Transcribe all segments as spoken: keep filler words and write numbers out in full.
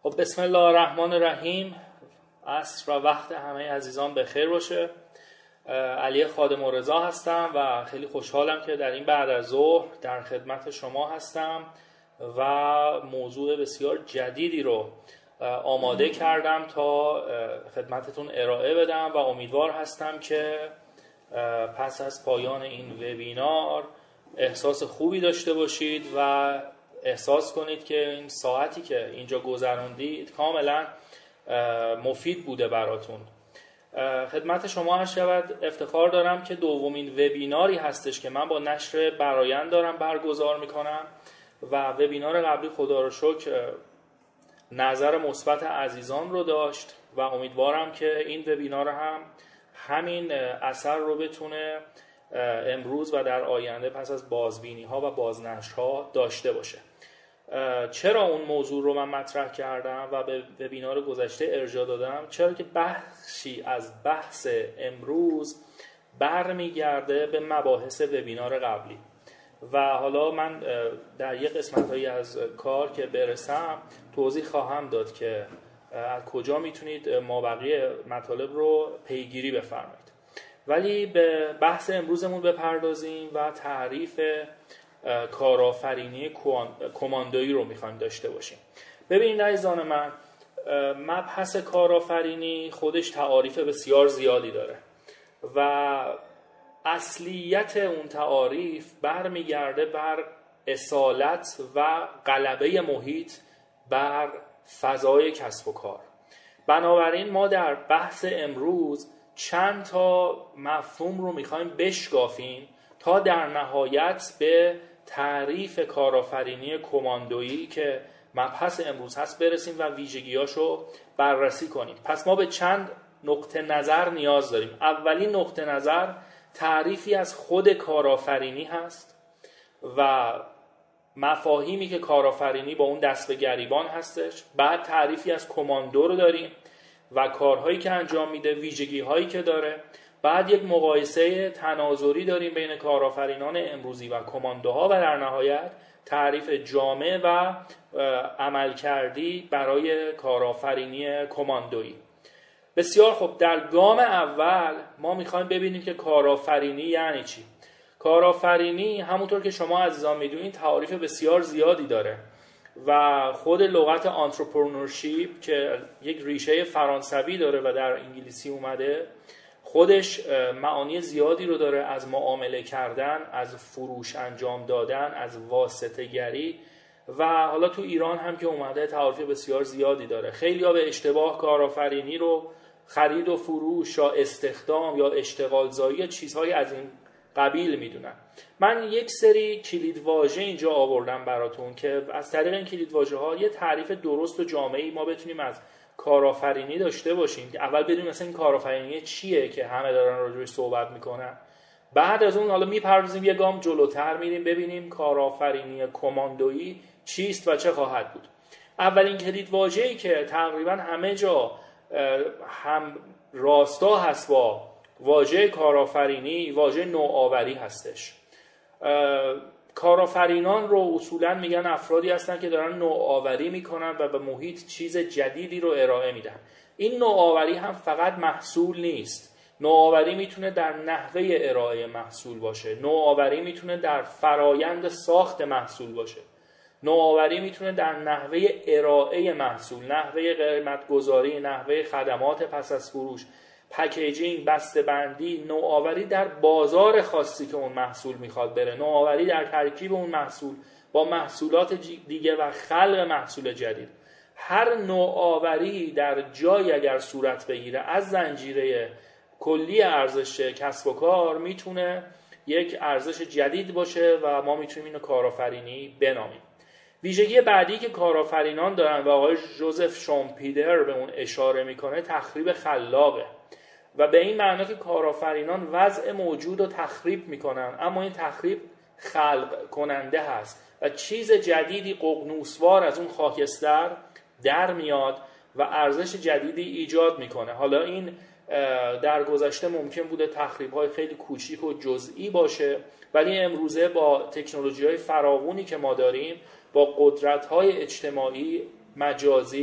خب بسم الله الرحمن الرحیم. عصر و وقت همه عزیزان بخیر باشه. علی خادم رضا هستم و خیلی خوشحالم که در این بعد از ظهر در خدمت شما هستم و موضوع بسیار جدیدی رو آماده کردم تا خدمتتون ارائه بدم و امیدوار هستم که پس از پایان این وبینار احساس خوبی داشته باشید و احساس کنید که این ساعتی که اینجا گذروندید کاملا مفید بوده براتون. خدمت شما عرض شود افتخار دارم که دومین وبیناری هستش که من با نشر برایند دارم برگزار میکنم و وبینار قبلی خدا رو شکر نظر مثبت عزیزان رو داشت و امیدوارم که این وبینار هم همین اثر رو بتونه امروز و در آینده پس از بازبینی ها و بازنشرها داشته باشه. چرا اون موضوع رو من مطرح کردم و به وبینار گذشته ارجاع دادم؟ چرا که بخشی از بحث امروز برمیگرده به مباحث وبینار قبلی و حالا من در یک قسمت‌هایی از کار که برسم توضیح خواهم داد که از کجا میتونید مابقی مطالب رو پیگیری بفرمایید. ولی به بحث امروزمون بپردازیم و تعریف کارآفرینی کماندویی رو میخوایم داشته باشیم. ببینید عزیزان من، مبحث کارآفرینی خودش تعاریف بسیار زیادی داره و اصلیت اون تعاریف برمیگرده بر اصالت و غلبه محیط بر فضای کسب و کار. بنابراین ما در بحث امروز چند تا مفهوم رو میخوایم بشکافیم تا در نهایت به تعریف کارآفرینی کماندویی که مبحث امروز هست برسیم و ویژگیاشو بررسی کنیم. پس ما به چند نقطه نظر نیاز داریم. اولین نقطه نظر تعریفی از خود کارآفرینی هست و مفاهیمی که کارآفرینی با اون دست به گریبان هستش. بعد تعریفی از کماندو رو داریم و کارهایی که انجام میده، ویژگی‌هایی که داره. بعد یک مقایسه تناظری داریم بین کارآفرینان امروزی و کماندوها و در نهایت تعریف جامع و عملکردی برای کارآفرینی کماندویی. بسیار خوب، در گام اول ما میخوایم ببینیم که کارآفرینی یعنی چی. کارآفرینی همونطور که شما عزیزان میدونید تعاریف بسیار زیادی داره و خود لغت انترپرنورشیپ که یک ریشه فرانسوی داره و در انگلیسی اومده خودش معانی زیادی رو داره، از معامله کردن، از فروش انجام دادن، از واسطه گری و حالا تو ایران هم که اومده تعاریف بسیار زیادی داره. خیلی‌ها به اشتباه کارآفرینی رو خرید و فروش یا استخدام یا اشتغالزایی یا چیزهای از این قبیل میدونن. من یک سری کلیدواژه اینجا آوردم براتون که از طریق این کلیدواژه‌ها یه تعریف درست و جامعی ما بتونیم از کارآفرینی داشته باشیم که اول بدونیم مثلا این کارآفرینی چیه که همه دارن راجعش صحبت میکنن. بعد از اون حالا میپردازیم یه گام جلوتر میریم ببینیم کارآفرینی کماندویی چیست و چه خواهد بود. اولین کلیدواژه‌ای که تقریبا همه جا هم راستا هست با واژه کارآفرینی واژه نوآوری هستش. کارآفرینان رو اصولاً میگن افرادی هستن که دارن نوآوری میکنن و به محیط چیز جدیدی رو ارائه میدن. این نوآوری هم فقط محصول نیست. نوآوری میتونه در نحوه ارائه محصول باشه. نوآوری میتونه در فرایند ساخت محصول باشه. نوآوری میتونه در نحوه ارائه محصول، نحوه قیمت‌گذاری، نحوه خدمات پس از فروش، پکیجینگ، بسته‌بندی، نوآوری در بازار خاصی که اون محصول میخواد بره، نوآوری در ترکیب اون محصول با محصولات دیگه و خلق محصول جدید. هر نوآوری در جایی اگر صورت بگیره از زنجیره کلی ارزش کسب و کار میتونه یک ارزش جدید باشه و ما میتونیم اینو کارآفرینی بنامیم. ویژگی بعدی که کارآفرینان دارن و آقای جوزف شومپیدر به اون اشاره میکنه تخریب خلاقه و به این معنا که کارآفرینان وضع موجود رو تخریب میکنن اما این تخریب خلق کننده هست و چیز جدیدی ققنوسوار از اون خاکستر در میاد و ارزش جدیدی ایجاد میکنه. حالا این در گذشته ممکن بوده تخریب‌های خیلی کوچیک و جزئی باشه ولی امروزه با تکنولوژی‌های فراوانی که ما داریم با قدرت‌های اجتماعی، مجازی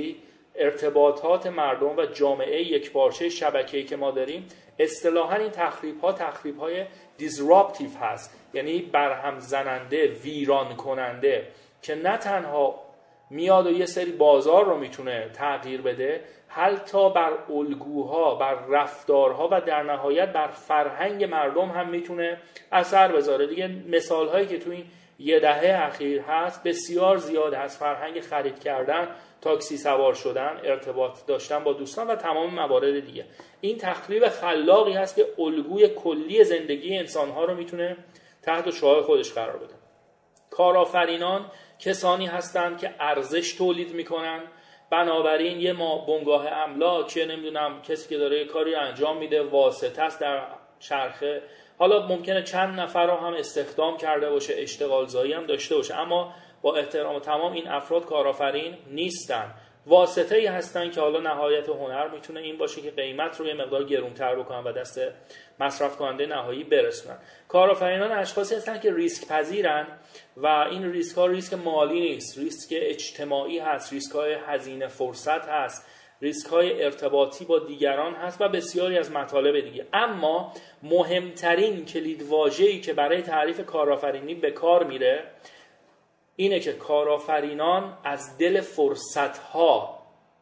ارتباطات مردم و جامعه یکپارچه شبکه‌ای که ما داریم، اصطلاحاً این تخریب‌ها تخریب‌های دیسراپتیو هست، یعنی برهم زننده، ویران کننده، که نه تنها میاد و یه سری بازار رو میتونه تغییر بده، حتی بر الگوها، بر رفتارها و در نهایت بر فرهنگ مردم هم میتونه اثر بذاره. دیگه مثال‌هایی که تو این یه دهه اخیر هست بسیار زیاد هست. فرهنگ خرید کردن، تاکسی سوار شدن، ارتباط داشتن با دوستان و تمام موارد دیگه. این تخریب خلاقی هست که الگوی کلی زندگی انسان‌ها رو میتونه تحت شعاع خودش قرار بده. کارآفرینان کسانی هستند که ارزش تولید میکنن، بنابراین یه ما بنگاه املاک که نمیدونم کسی که داره یه کاری رو انجام میده واسطه است در چرخه، حالا ممکنه چند نفر رو هم استخدام کرده باشه، اشتغال زایی هم داشته باشه، اما با احترام تمام این افراد کارآفرین نیستن، واسطه‌ای هستن که حالا نهایت هنر میتونه این باشه که قیمت رو یه مقدار گرونتر بکنن و دست مصرف کننده نهایی برسونن. کارآفرینان اشخاصی هستن که ریسک پذیرن و این ریسک ها ریسک مالی نیست، ریسک اجتماعی هست، ریسک های هزینه فرصت هست، ریسک های ارتباطی با دیگران هست و بسیاری از مطالب دیگه. اما مهمترین کلیدواژه‌ای که برای تعریف کارآفرینی به کار میره اینه که کارآفرینان از دل فرصت‌ها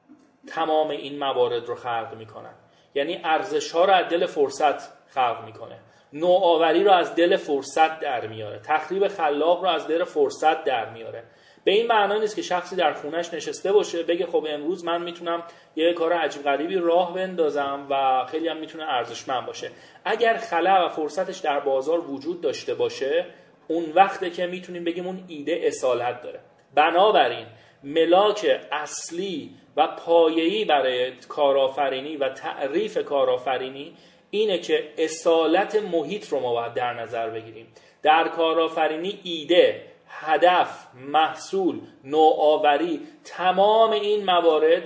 تمام این موارد رو خلق میکنن، یعنی ارزش‌ها رو از دل فرصت خلق میکنه، نوآوری رو از دل فرصت در میاره، تخریب خلاق رو از دل فرصت در میاره. به این معنا نیست که شخصی در خونش نشسته باشه بگه خب امروز من میتونم یه کار عجیب غریبی راه بندازم و خیلی هم میتونه ارزشمند باشه. اگر خلا و فرصتش در بازار وجود داشته باشه، اون وقته که میتونیم بگیم اون ایده اصالت داره. بنابراین ملاک اصلی و پایه‌ای برای کارآفرینی و تعریف کارآفرینی اینه که اصالت محیط رو ما باید در نظر بگیریم. در کارآفرینی ایده، هدف، محصول، نوآوری، تمام این موارد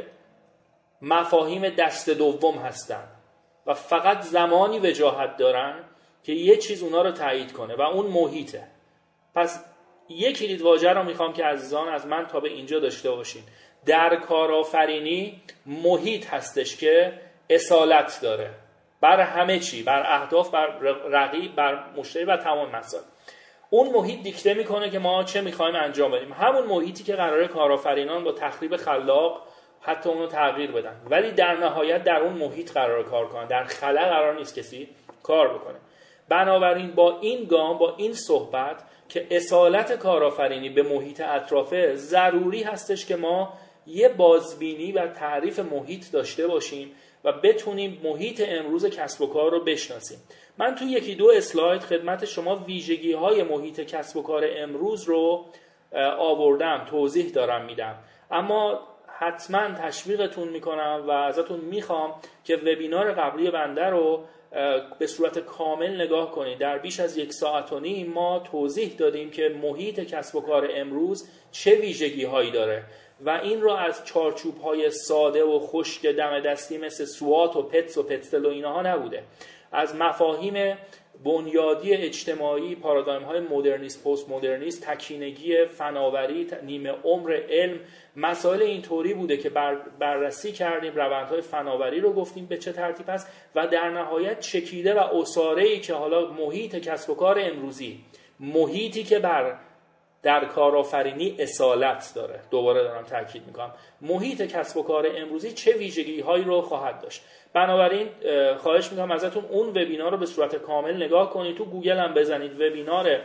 مفاهیم دست دوم هستن و فقط زمانی وجاهت دارن که یه چیز اونا رو تایید کنه و اون محیطه. پس یک کلید واژه رو میخوام که عزیزان از من تا به اینجا داشته باشین. در کارآفرینی محیط هستش که اصالت داره بر همه چی، بر اهداف، بر رقیب، بر مشتری و تمام مسائل. اون محیط دیکته میکنه که ما چه میخوایم انجام بدیم، همون محیطی که قراره کارآفرینان با تخریب خلاق حتی اونو تغییر بدن، ولی در نهایت در اون محیط قراره کار کنن، در خلا قرار نیست کسی کار بکنه. بنابراین با این گام، با این صحبت که اصالت کارآفرینی به محیط اطرافه، ضروری هستش که ما یه بازبینی و تعریف محیط داشته باشیم و بتونیم محیط امروز کسب و کار رو بشناسیم. من تو یکی دو اسلاید خدمت شما ویژگی های محیط کسب و کار امروز رو آوردم، توضیح دارم میدم، اما حتما تشویقتون میکنم و ازتون میخوام که وبینار قبلی بنده رو به صورت کامل نگاه کنید. در بیش از یک ساعت و نیم ما توضیح دادیم که محیط کسب و کار امروز چه ویژگی هایی داره و این رو از چارچوب های ساده و خشک دم دستی مثل سوات و پتس و پتسل و اینها نبوده، از مفاهیم بنیادی اجتماعی، پارادایم های مدرنیست، پست مدرنیست، تکینگی، فناوری، نیمه عمر علم، مسائل اینطوری بوده که بر بررسی کردیم، روندهای فناوری رو گفتیم به چه ترتیب است و در نهایت چکیده و اساره‌ای که حالا محیط کسب و کار امروزی، محیطی که بر در کارآفرینی اصالت داره، دوباره دارم تاکید میکنم، محیط کسب و کار امروزی چه ویژگی هایی رو خواهد داشت. بنابراین خواهش میکنم ازتون اون وبینار رو به صورت کامل نگاه کنید. تو گوگل هم بزنید وبینار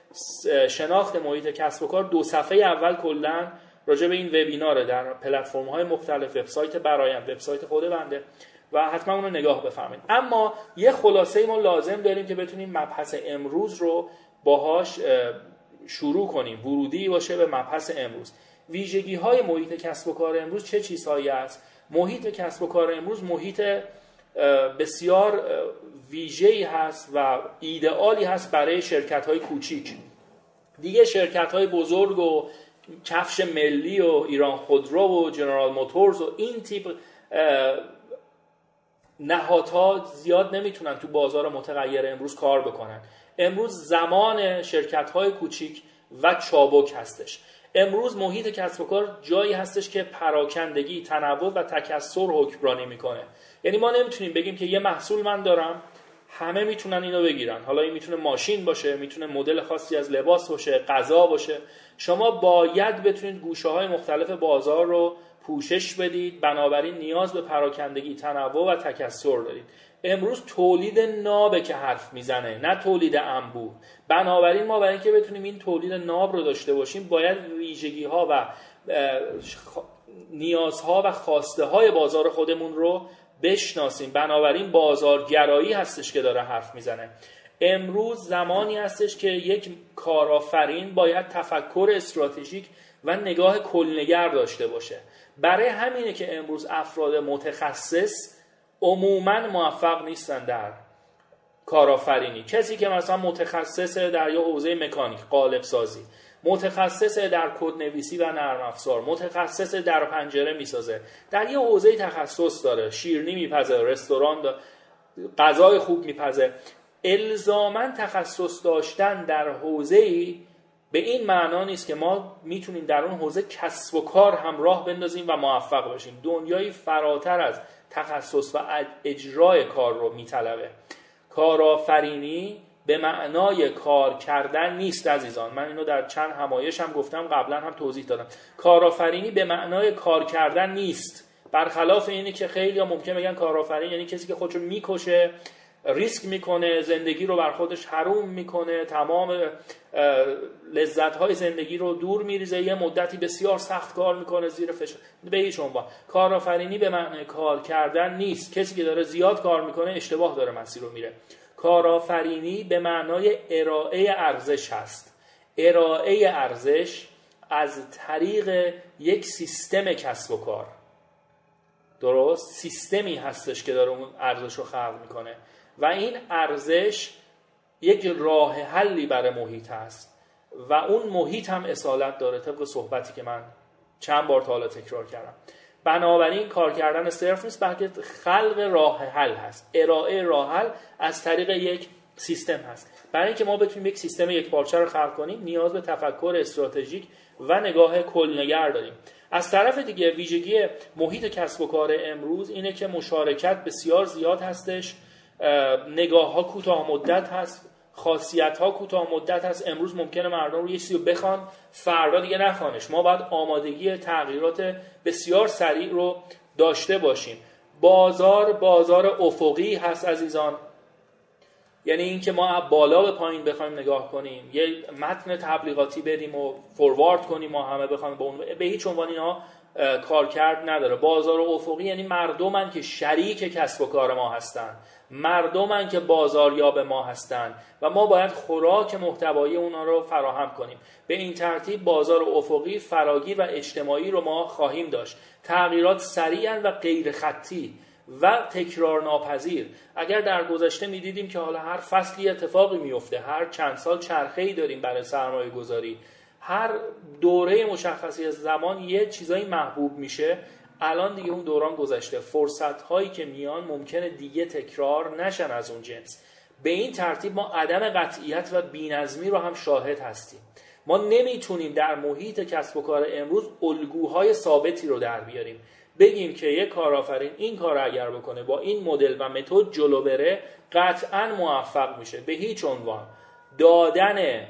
شناخت محیط کسب و کار، دو صفحه اول کلا راجع به این وبیناره در پلتفرم های مختلف، وبسایت برایم، وبسایت خود بنده و حتما اون رو نگاه بفرمایید. اما یه خلاصه ما لازم داریم که بتونیم مبحث امروز رو باهاش شروع کنیم، ورودی باشه به مبحث امروز. ویژگی های محیط کسب و کار امروز چه چیزهایی است؟ محیط کسب و کار امروز محیط بسیار ویژه‌ای هست و ایدئالی هست برای شرکت های کوچیک. دیگه شرکت های بزرگ و کفش ملی و ایران خودرو و جنرال موتورز و این تیپ نهادها زیاد نمیتونن تو بازار متغیر امروز کار بکنن. امروز زمان شرکت‌های کوچیک و چابک هستش. امروز محیط کسب و کار جایی هستش که پراکندگی، تنوع و تکثر حکمرانی میکنه. یعنی ما نمیتونیم بگیم که یه محصول من دارم همه میتونن اینو بگیرن. حالا این میتونه ماشین باشه، میتونه مدل خاصی از لباس باشه، غذا باشه. شما باید بتونید گوشه‌های مختلف بازار رو پوشش بدید، بنابراین نیاز به پراکندگی، تنوع و تکثر دارید. امروز تولید نابه که حرف میزنه، نه تولید انبوه. بنابراین ما برای اینکه بتونیم این تولید ناب رو داشته باشیم باید ویژگی‌ها و نیازها و خواسته های بازار خودمون رو بشناسیم. بنابراین بازارگرایی هستش که داره حرف میزنه. امروز زمانی هستش که یک کارآفرین باید تفکر استراتژیک و نگاه کلنگر داشته باشه. برای همینه که امروز افراد متخصص عموماً موفق نیستن در کارآفرینی. کسی که مثلا متخصص در یه حوزه مکانیک، قالب سازی، متخصص در کدنویسی و نرم افزار، متخصص در پنجره میسازه، در یه حوزه تخصص داره، شیرینی میپزه، رستوران داره، غذای خوب میپزه، الزاماً تخصص داشتن در حوزه‌ای به این معنا نیست که ما میتونیم در اون حوزه کسب و کار همراه بندازیم و موفق بشیم. دنیایی فراتر از تخصص و اجرای کار رو میطلبه. کارآفرینی به معنای کار کردن نیست عزیزان. من اینو در چند همایش هم گفتم، قبلا هم توضیح دادم. کارآفرینی به معنای کار کردن نیست. برخلاف اینی که خیلی ها ممکن بگن کارآفرین یعنی کسی که خودشو میکشه، ریسک میکنه، زندگی رو بر خودش حروم میکنه، تمام لذت‌های زندگی رو دور میریزه، یه مدتی بسیار سخت کار میکنه زیر فشار. به هیچ عنوان کارآفرینی به معنای کار کردن نیست. کسی که داره زیاد کار میکنه اشتباه داره مسیر رو میره. کارآفرینی به معنای ارائه ارزش هست. ارائه ارزش از طریق یک سیستم کسب و کار. درست؟ سیستمی هستش که داره اون ارزش رو خلق میکنه و این ارزش یک راه حلی برای محیط هست و اون محیط هم اصالت داره، طبق صحبتی که من چند بار تا حالا تکرار کردم. بنابراین کار کردن صرف نیست، بلکه خلق راه حل هست. ارائه راه حل از طریق یک سیستم هست. برای اینکه ما بتونیم یک سیستم یکپارچه رو خلق کنیم نیاز به تفکر استراتژیک و نگاه کلنگر داریم. از طرف دیگه ویژگی محیط کسب و کار امروز اینه که مشارکت بسیار زیاد هستش، نگاه ها کوتاه مدت هست، خاصیت ها کوتاه مدت هست. امروز ممکنه مردم رو یه چیزی رو بخوان فردا دیگه نخوانش. ما باید آمادگی تغییرات بسیار سریع رو داشته باشیم. بازار بازار افقی هست عزیزان، یعنی اینکه ما بالا به پایین بخوایم نگاه کنیم، یه متن تبلیغاتی بدیم و فوروارد کنیم ما همه بخوایم به اون، به هیچ عنوان اینا کارکرد نداره. بازار افقی یعنی مردمن که شریک کسب و کار ما هستن، مردمن که بازاریاب ما هستن و ما باید خوراک محتوایی اونا رو فراهم کنیم. به این ترتیب بازار افقی، فراگیر و اجتماعی رو ما خواهیم داشت. تغییرات سریعا و غیر خطی و تکرار ناپذیر. اگر در گذشته می‌دیدیم که حالا هر فصلی اتفاقی میفته، هر چند سال چرخه‌ای داریم برای سرمایه گذاری، هر دوره مشخصی از زمان یه چیزایی محبوب میشه، الان دیگه اون دوران گذشته. فرصت‌هایی که میان ممکنه دیگه تکرار نشن از اون جنس. به این ترتیب ما عدم قطعیت و بی‌نظمی رو هم شاهد هستیم. ما نمیتونیم در محیط کسب و کار امروز الگوهای ثابتی رو در بیاریم. بگیم که یک کارآفرین این کار اگر بکنه با این مدل و متد جلو بره قطعاً موفق میشه. به هیچ عنوان دادن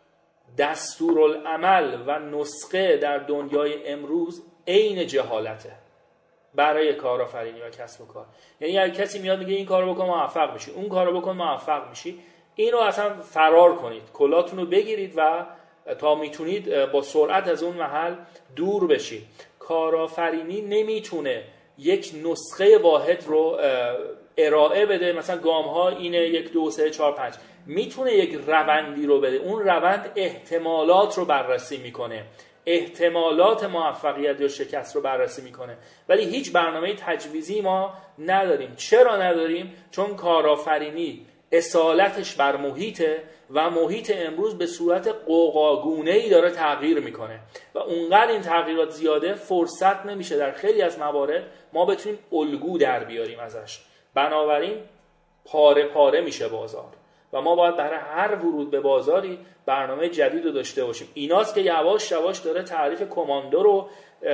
دستورالعمل و نسخه در دنیای امروز عین جهالته برای کارآفرینی و کسب و کار. یعنی اگه کسی میاد میگه این کارو بکن موفق میشی، اون کارو بکن موفق میشی، اینو اصلا فرار کنید، کلاتون رو بگیرید و تا میتونید با سرعت از اون محل دور بشید. کارآفرینی نمیتونه یک نسخه واحد رو ارائه بده، مثلا گام ها اینه یک دو سه چهار پنج. میتونه یک روندی رو بده، اون روند احتمالات رو بررسی میکنه، احتمالات موفقیت یا شکست رو بررسی میکنه، ولی هیچ برنامه تجویزی ما نداریم. چرا نداریم؟ چون کارآفرینی اصالتش بر محیطه و محیط امروز به صورت قوقاگونه‌ای داره تغییر میکنه و اونقدر این تغییرات زیاده فرصت نمیشه در خیلی از موارد ما بتونیم الگو در بیاریم ازش. بنابراین پاره پاره میشه بازار و ما باید برای هر ورود به بازاری برنامه جدید رو داشته باشیم. ایناست که یواش یواش داره تعریف کماندو رو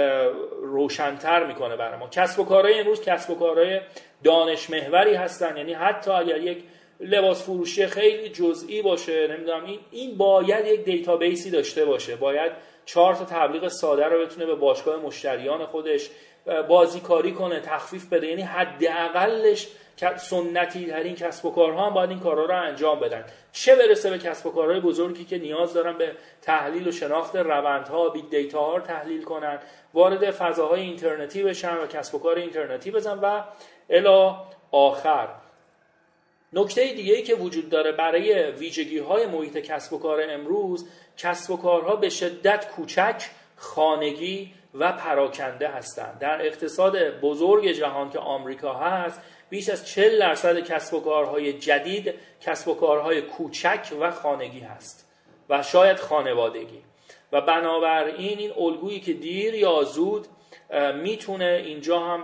روشن‌تر میکنه برای ما. کسب و کارهای امروز کسب و کارهای دانش محوری هستن، یعنی حتی اگر یک لباس فروشی خیلی جزئی باشه، نمیدونم این این باید یک دیتابیسی داشته باشه، باید چهار تا تبلیغ ساده رو بتونه به باشگاه مشتریان خودش بازیکاری کنه، تخفیف بده. یعنی حداقلش سنتی ترین کسب و کارها هم باید این کارها رو انجام بدن، چه برسه به کسب و کارهای بزرگی که نیاز دارن به تحلیل و شناخت روندها، بیگ دیتا ها رو تحلیل کنن، وارد فضاهای اینترنتی بشن و کسب و کار اینترنتی بزن و الی آخر. نکته دیگه‌ای که وجود داره برای ویژگی‌های محیط کسب و کار امروز، کسب و کارها به شدت کوچک، خانگی و پراکنده هستند. در اقتصاد بزرگ جهان که آمریکا هست، بیش از چهل درصد کسب و کارهای جدید کسب و کارهای کوچک و خانگی هست و شاید خانوادگی، و بنابراین این الگویی که دیر یا زود میتونه اینجا هم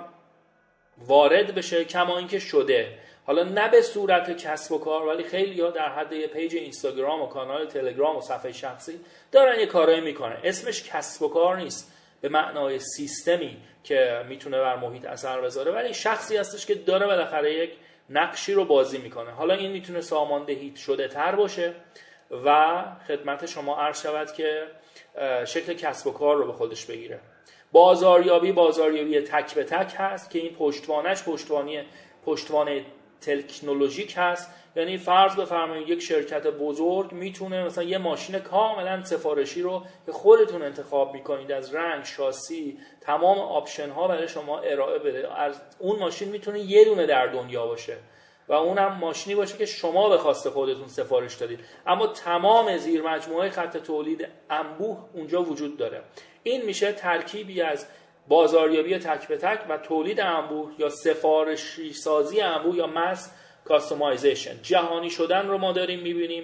وارد بشه، کما اینکه شده. حالا نه به صورت کسب و کار، ولی خیلی ها در حد یه پیج اینستاگرام و کانال تلگرام و صفحه شخصی دارن یه کارایی میکنن. اسمش کسب و کار نیست به معنای سیستمی که میتونه بر محیط اثر بذاره، ولی شخصی هستش که داره بالاخره یک نقشی رو بازی میکنه. حالا این میتونه ساماندهی شده تر باشه و خدمت شما عرض شود که شکل کسب و کار رو به خودش بگیره. بازاریابی بازاریابی تک به تک هست که این پشتوانش پشتوانی پشتوانه تکنولوژیک هست. یعنی فرض بفرمایید یک شرکت بزرگ میتونه مثلا یه ماشین کاملا سفارشی رو که خودتون انتخاب میکنید، از رنگ، شاسی، تمام آپشن ها برای شما ارائه بده. از اون ماشین میتونه یه دونه در دنیا باشه و اونم ماشینی باشه که شما به خواست خودتون سفارش دادید، اما تمام زیر مجموعه خط تولید انبوه اونجا وجود داره. این میشه ترکیبی از بازاریابی تک به تک و تولید انبوه یا سفارشی سازی انبوه یا ماس کاستومایزیشن. جهانی شدن رو ما داریم میبینیم،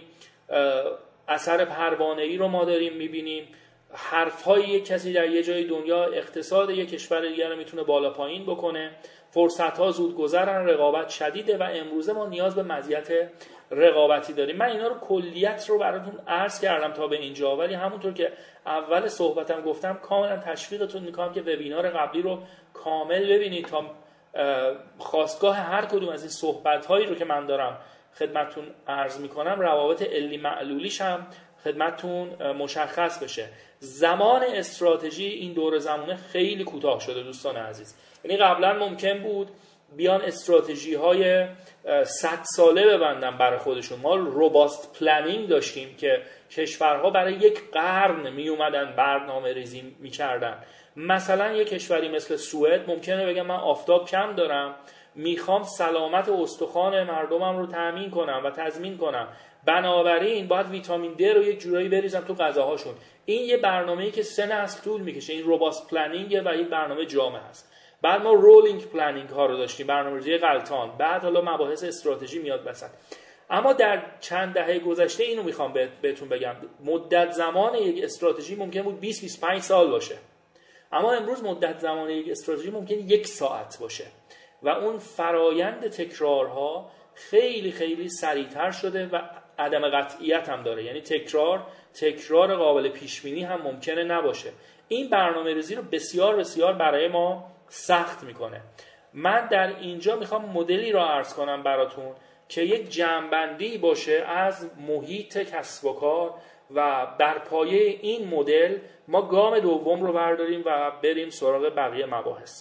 اثر پروانه‌ای رو ما داریم میبینیم. حرف‌های یک کسی در یه جای دنیا اقتصاد یک کشور دیگر رو میتونه بالا پایین بکنه. فرصت‌ها زودگذرن، رقابت شدیده و امروزه ما نیاز به مزیت رقابتی داریم. من اینا رو کلیت رو براتون عرض کردم تا به اینجا، ولی همونطور که اول صحبتم گفتم کاملا تشویقتون میکنم که وبینار قبلی رو کامل ببینید تا خواستگاه هر کدوم از این صحبت‌هایی رو که من دارم خدمتتون عرض میکنم روابط علی معلولیش هم خدمتتون مشخص بشه. زمان استراتژی این دور زمانه خیلی کوتاه شده دوستان عزیز. یعنی قبلا ممکن بود بیان استراتژی های صد ساله ببندن برای خودشون. ما روباست پلنینگ داشتیم که کشورها برای یک قرن می اومدن برنامه ریزی می کردن. مثلا یک کشوری مثل سوئد ممکنه بگم من آفتاب کم دارم، میخوام سلامت استخوان مردمم رو تامین کنم و تضمین کنم، بنابراین باید ویتامین دی رو یک جورایی بریزم تو غذاهاشون. این یه برنامه‌ای که سه نسل طول میکشه. این روباست پلنینگ و یک برنامه جامع هست. بعد ما رولینگ پلنینگ ها رو داشتیم، برنامه‌ریزی غلطان. بعد حالا مباحث استراتژی میاد وسط. اما در چند دهه گذشته اینو میخوام بهتون بگم، مدت زمان یک استراتژی ممکن بود بیست بیست و پنج سال باشه، اما امروز مدت زمان یک استراتژی ممکن یک ساعت باشه و اون فرایند تکرارها خیلی خیلی سریعتر شده و عدم قطعیت هم داره. یعنی تکرار تکرار قابل پیش بینی هم ممکنه نباشه. این برنامه‌ریزی رو بسیار بسیار برای ما سخت میکنه. من در اینجا میخوام مدلی را عرض کنم براتون که یک جمع‌بندی باشه از محیط کسب و کار و بر پایه این مدل ما گام دوم رو برداریم و بریم سراغ بقیه مباحث.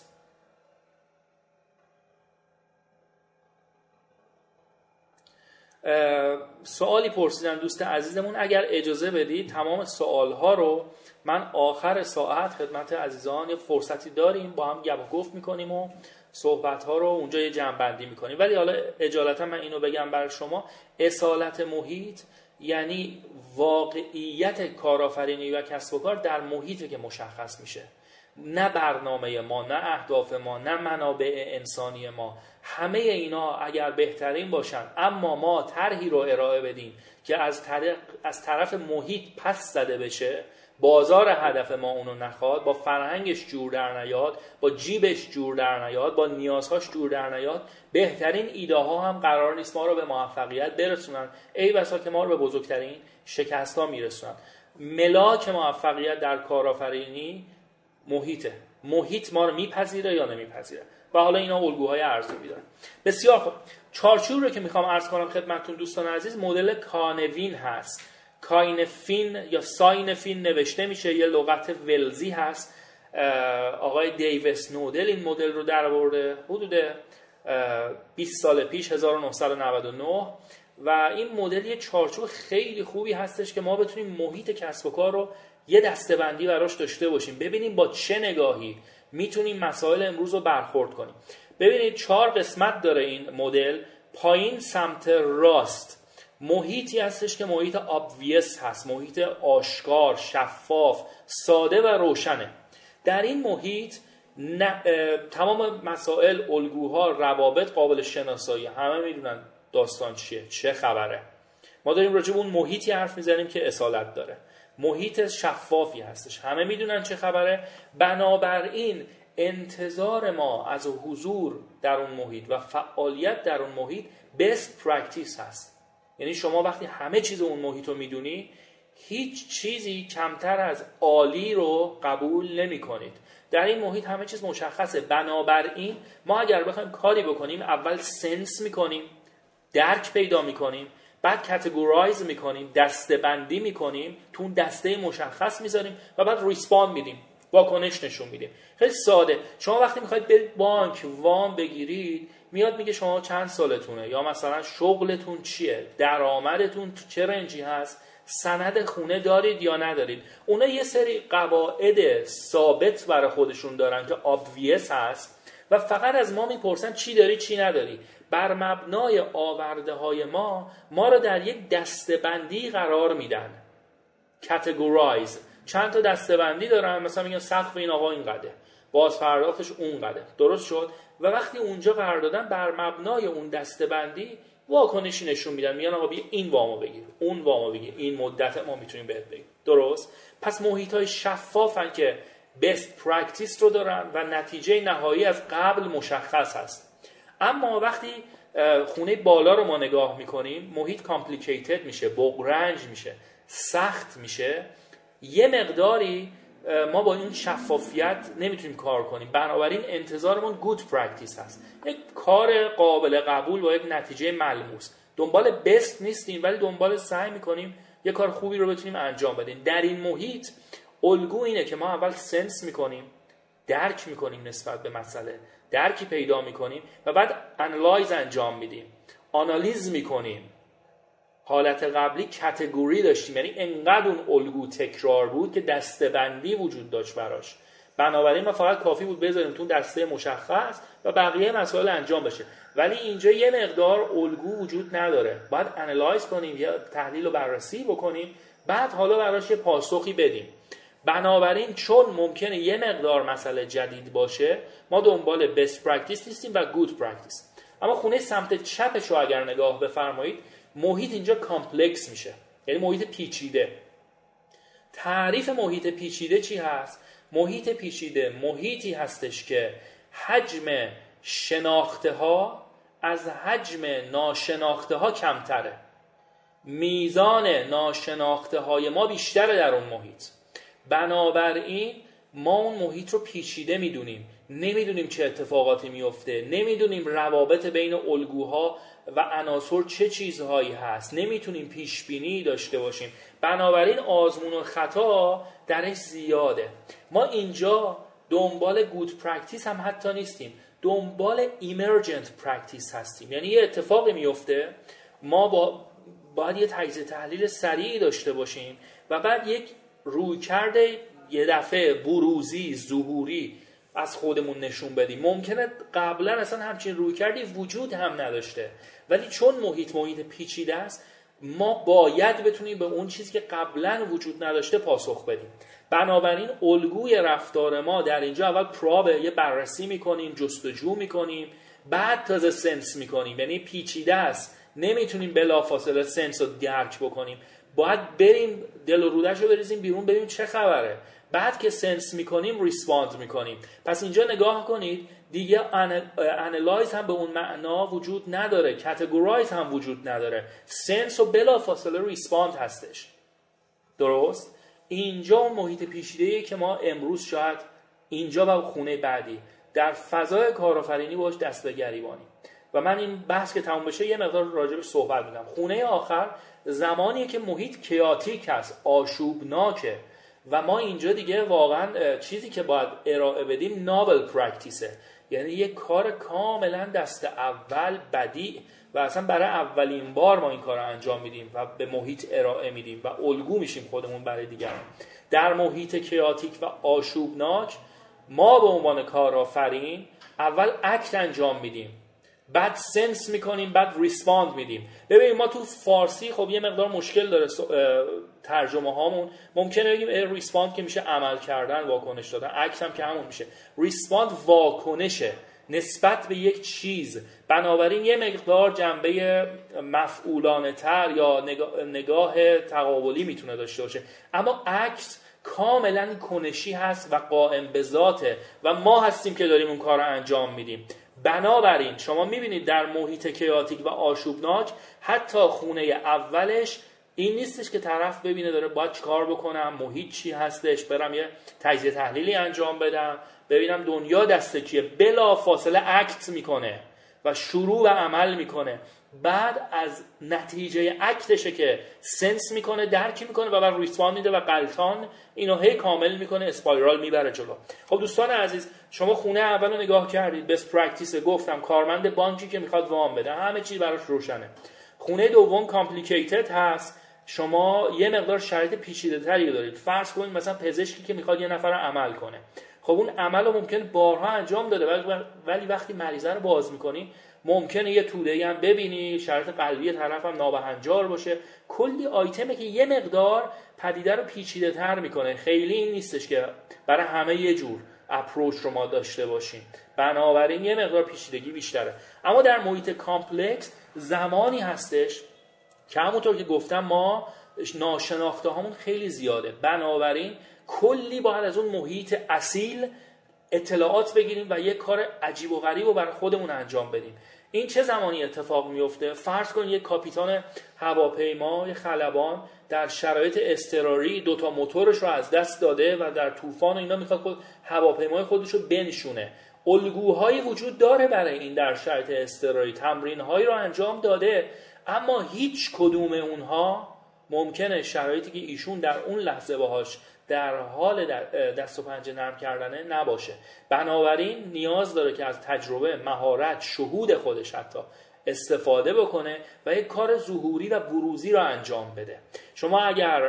سوالی پرسیدن دوست عزیزمون، اگر اجازه بدید تمام سوالها رو من آخر ساعت خدمت عزیزان یه فرصتی داریم با هم گپ و گفت میکنیم و صحبت‌ها رو اونجا یه جمع‌بندی میکنیم. ولی حالا اجالتا من اینو بگم برای شما، اصالت محیط یعنی واقعیت کارآفرینی و کسب و کار در محیطی که مشخص میشه، نه برنامه ما، نه اهداف ما، نه منابع انسانی ما. همه اینا اگر بهترین باشن اما ما طرحی رو ارائه بدیم که از طرف از طرف محیط پس زده بشه بازار هدف ما اونو نخواد، با فرهنگش جور در نیاد، با جیبش جور در نیاد، با نیازهاش جور در نیاد، بهترین ایده ها هم قرار نیست ما رو به موفقیت برسونن، ای بسا که ما رو به بزرگترین شکست ها میرسونن. ملاک موفقیت در کارآفرینی محیطه. محیط ما رو میپذیره یا نمیپذیره و حالا اینا الگوهای ارزیابی دارن. بسیار خوب، چارچوب رو که میخوام عرض کنم خدمتتون دوستان عزیز، مدل کانوین هست. کاینفین یا ساینفین نوشته میشه، یه لغت ولزی هست. آقای دیویس نودل این مدل رو در آورده حدود بیست سال پیش، هزار و نهصد و نود و نه، و این مدل یه چارچوب خیلی خوبی هستش که ما بتونیم محیط کسب و کار رو یه دسته‌بندی براش داشته باشیم، ببینیم با چه نگاهی میتونیم مسائل امروز رو برخورد کنیم. ببینید چهار قسمت داره این مدل. پایین سمت راست محیطی هستش که محیط obvious هست، محیط آشکار، شفاف، ساده و روشنه. در این محیط نه، تمام مسائل، الگوها، روابط قابل شناسایی، همه میدونن داستان چیه، چه خبره. ما داریم راجع به اون محیطی حرف میزنیم که اصالت داره، محیط شفافی هستش، همه میدونن چه خبره. بنابراین انتظار ما از حضور در اون محیط و فعالیت در اون محیط best practice هست. یعنی شما وقتی همه چیز اون محیط رو میدونی، هیچ چیزی کمتر از عالی رو قبول نمی کنید. در این محیط همه چیز مشخصه. بنابراین ما اگر بخوایم کاری بکنیم، اول سنس میکنیم، درک پیدا میکنیم، بعد کاتگورایز میکنیم، دسته بندی میکنیم، تو اون دسته مشخص میذاریم و بعد ریسپاند میدیم، واکنش نشون میدیم. خیلی ساده. شما وقتی میخواید برید بانک وام بگیرید، میاد میگه شما چند سالتونه، یا مثلا شغلتون چیه، درآمدتون چه رنجی هست، سند خونه دارید یا ندارید. اونا یه سری قواعد ثابت برای خودشون دارن که obvious هست و فقط از ما میپرسن چی داری چی نداری. بر مبنای آورده های ما ما رو در یک دسته‌بندی قرار میدن. categorize. چند تا دسته‌بندی دارن، مثلا میگن سقف این آقا اینقدره، باز پرداختش اونقدره، درست شد. و وقتی اونجا قرار دادن، بر مبنای اون دسته‌بندی واکنشی نشون میدن، میگن آقا بیا این وامو بگیر، اون وامو بگیر، این مدت ما میتونیم بهت بگیم، درست. پس محیط‌های شفافن که best practice رو دارن و نتیجه نهایی از قبل مشخص هست. اما وقتی خونه بالا رو ما نگاه میکنیم، محیط complicated میشه، بغرنج میشه، سخت میشه، یه مقداری ما با این شفافیت نمیتونیم کار کنیم. بنابراین انتظارمون good practice هست، یک کار قابل قبول با یک نتیجه ملموس. دنبال بست نیستیم، ولی دنبال سعی میکنیم یه کار خوبی رو بتونیم انجام بدیم. در این محیط الگو اینه که ما اول سنس میکنیم، درک میکنیم نسبت به مسئله، درکی پیدا میکنیم و بعد انالایز انجام میدیم، آنالیز میکنیم. حالت قبلی کاتگوری داشتیم، یعنی انقدر اون الگو تکرار بود که دسته‌بندی وجود داشت براش. بنابراین ما فقط کافی بود بذاریم تو دسته مشخص و بقیه مسائل انجام بشه. ولی اینجا یه مقدار الگو وجود نداره، باید انالایز کنیم یا تحلیل و بررسی بکنیم، بعد حالا براش یه پاسخی بدیم. بنابراین چون ممکنه یه مقدار مسئله جدید باشه، ما دنبال best practice نیستیم و good practice. اما خونه سمت چپش رو اگر نگاه بفرمایید، محیط اینجا کامپلکس میشه، یعنی محیط پیچیده. تعریف محیط پیچیده چی هست؟ محیط پیچیده محیطی هستش که حجم شناخته ها از حجم ناشناخته ها کمتره. میزان ناشناخته های ما بیشتره در اون محیط. بنابراین ما اون محیط رو پیچیده میدونیم، نمیدونیم چه اتفاقاتی میفته، نمیدونیم روابط بین الگوها و عناصر چه چیزهایی هست، نمیتونیم پیش بینی داشته باشیم. بنابراین آزمون و خطا درش زیاده. ما اینجا دنبال گود پرکتیس هم حتی نیستیم، دنبال ایمرجنت پرکتیس هستیم. یعنی یه اتفاقی میفته، ما با باید یه تجزیه تحلیل سریعی داشته باشیم و بعد یک رویکرد یه دفعه بروزی ظهوری از خودمون نشون بدیم. ممکنه قبلا اصلا همچین رویکردی وجود هم نداشته، ولی چون محیط محیط پیچیده است، ما باید بتونیم به اون چیزی که قبلا وجود نداشته پاسخ بدیم. بنابراین الگوی رفتار ما در اینجا اول پرابه، یه بررسی میکنیم، جستجو میکنیم، بعد تازه سنس میکنیم. یعنی پیچیده است، نمیتونیم بلافاصله سنس رو درک بکنیم. باید بریم دل و رودش رو بریزیم بیرون ببینیم چه خبره. بعد که سنس میکنیم ریسپاند میکنیم. پس اینجا نگاه کنید دیگه انالایز هم به اون معنا وجود نداره، کاتگورایز هم وجود نداره، سنس و بلا فاصله ریسپاند هستش. درست؟ اینجا اون محیط پیچیده‌ای که ما امروز شاید اینجا و خونه بعدی در فضای کارآفرینی باش دست به گریبانیم. و من این بحث که تموم بشه یه مقدار راجعش صحبت می‌کنم. خونه آخر زمانیه که محیط کیاتیک هست، آشوبناکه و ما اینجا دیگه واقعا چیزی که باید ارائه بدیم ناول پرکتیسه، یعنی یه کار کاملا دست اول بدیع و اصلا برای اولین بار ما این کار رو انجام میدیم و به محیط ارائه میدیم و الگو میشیم خودمون برای دیگران. در محیط کیاتیک و آشوبناک ما به عنوان کارآفرین اول اکت انجام میدیم، بعد سنس میکنیم، بعد ریسپاند میدیم. ببینید ما تو فارسی خب یه مقدار مشکل داره ترجمه هامون. ممکنه بگیم ریسپاند که میشه عمل کردن، واکنش دادن، اکت هم که همون میشه. ریسپاند واکنشه نسبت به یک چیز، بنابراین یه مقدار جنبه مفعولانه تر یا نگاه, نگاه تقابلی میتونه داشته باشه، اما اکت کاملا کنشی هست و قائم به ذاته و ما هستیم که داریم اون کار رو انجام میدیم. بنابراین شما میبینید در محیط کیاتیک و آشوبناک حتی خونه اولش این نیستش که طرف ببینه داره باید چیکار بکنم، محیط چی هستش، برم یه تجزیه تحلیلی انجام بدم ببینم دنیا دست کیه. بلا فاصله اکت میکنه و شروع و عمل میکنه. بعد از نتیجه اکتشه که سنس میکنه، درک میکنه و بعد ریسپاند میده و غلطان اینو هی کامل میکنه، اسپایرال میبره جلو. خب دوستان عزیز، شما خونه اول رو نگاه کردید، بست پرکتیس گفتم، کارمند بانکی که میخواد وام بده همه چیز براش روشنه. خونه دوم کامپلیکیتد هست، شما یه مقدار شرایط پیچیده تری دارید. فرض کنید مثلا پزشکی که میخواد یه نفر رو عمل کنه، خب اون عمل رو ممکن بارها انجام داده ولی وقتی مریضه رو باز میکنی ممکنه یه توده‌ای هم ببینی، شرایط قلبی طرف هم نابهنجار باشه، کلی آیتمه که یه مقدار پدیده رو پیچیده تر میکنه. خیلی این نیستش که برای همه یه جور اپروچ رو ما داشته باشیم، بنابراین یه مقدار پیچیدگی بیشتره. اما در محیط کامپلکس زمانی هستش که همونطور که گفتم ما ناشناخته هامون خیلی زیاده، بنابراین کلی باید از اون محیط اصیل اطلاعات بگیریم و یه کار عجیب و غریب رو برای خودمون انجام بدیم. این چه زمانی اتفاق میفته؟ فرض کن یک کاپیتان هواپیما، یک خلبان در شرایط اضطراری دوتا موتورش رو از دست داده و در طوفان و اینا میخواد خود هواپیمای خودش رو بنشونه. الگوهایی وجود داره برای این در شرایط اضطراری، تمرین‌هایی رو انجام داده، اما هیچ کدوم اونها ممکنه شرایطی که ایشون در اون لحظه باهاش در حال دست و پنجه نرم کردنه نباشه. بنابراین نیاز داره که از تجربه، مهارت، شهود خودش حتی استفاده بکنه و یک کار ظهوری و بروزی رو انجام بده. شما اگر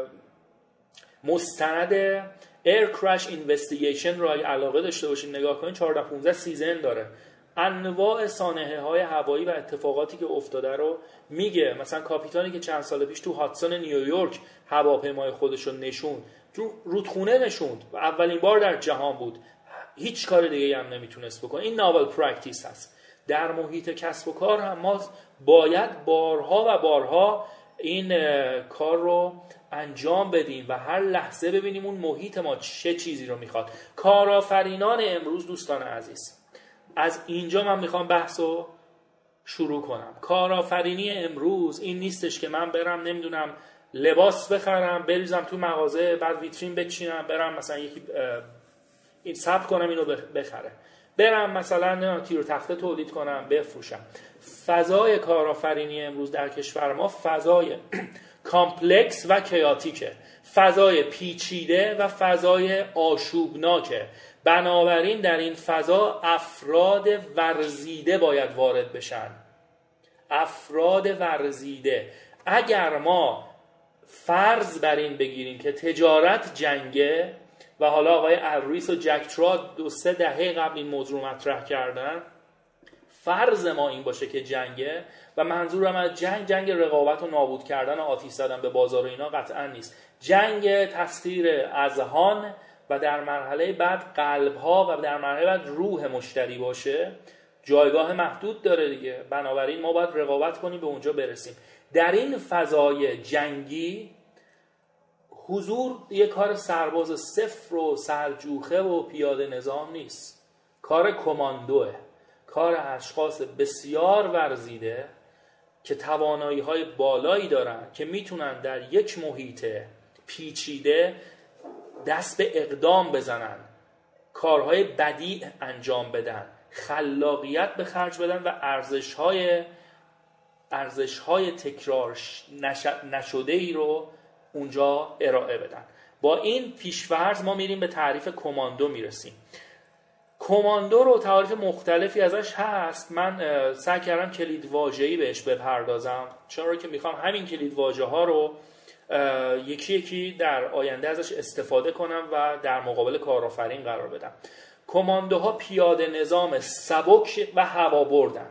مستند Air Crash Investigation رو اگه علاقه داشته باشین نگاه کنین، چهارده پانزده سیزن داره، انواع سانحه های هوایی و اتفاقاتی که افتاده رو میگه. مثلا کاپیتانی که چند سال پیش تو هاتسون نیویورک هواپیمای خودش رو نشوند، تو رودخونه نشوند و اولین بار در جهان بود، هیچ کار دیگه هم نمیتونست بکنه. این ناول پرکتیس هست. در محیط کسب و کار هم ما باید بارها و بارها این کار رو انجام بدیم و هر لحظه ببینیم اون محیط ما چه چیزی رو میخواد. کارآفرینان امروز دوستان عزیز، از اینجا من میخوام بحثو شروع کنم. کارآفرینی امروز این نیستش که من برم نمیدونم لباس بخرم بریزم تو مغازه بعد ویترین بچینم برم مثلا یکی این ثبت کنم اینو بخره، برم مثلا تیر و تخته تولید کنم بفروشم. فضای کارآفرینی امروز در کشور ما فضای کامپلکس و کیاتیکه، فضای پیچیده و فضای آشوبناکه. بنابراین در این فضا افراد ورزیده باید وارد بشن. افراد ورزیده. اگر ما فرض بر این بگیریم که تجارت جنگه و حالا آقای الرویس و جک ترا دو سه دهه قبل این موضوع مطرح کردن، فرض ما این باشه که جنگه و منظورم از جنگ جنگ رقابت و نابود کردن و آتش زدن به بازار و اینا قطعا نیست. جنگ تسخیر اذهان و در مرحله بعد قلب‌ها و در مرحله بعد روح مشتری باشه. جایگاه محدود داره دیگه، بنابراین ما باید رقابت کنیم به اونجا برسیم. در این فضای جنگی حضور یک کار سرباز صفر و سرجوخه و پیاده نظام نیست، کار کماندوه، کار اشخاص بسیار ورزیده که توانایی‌های بالایی دارن که میتونن در یک محیط پیچیده دست به اقدام بزنن، کارهای بدیع انجام بدن، خلاقیت به خرج بدن و ارزش‌های ارزش‌های تکرار نشده ای رو اونجا ارائه بدن. با این پیش‌فرض ما میریم به تعریف کماندو میرسیم. کماندو رو تعریف مختلفی ازش هست. من سعی کردم کلید واژه‌ای بهش بپردازم، چرا که میخوام همین کلید واژه‌ها رو یکی یکی در آینده ازش استفاده کنم و در مقابل کارآفرین قرار بدم. کماندوها پیاده نظام سبک و هوابردن.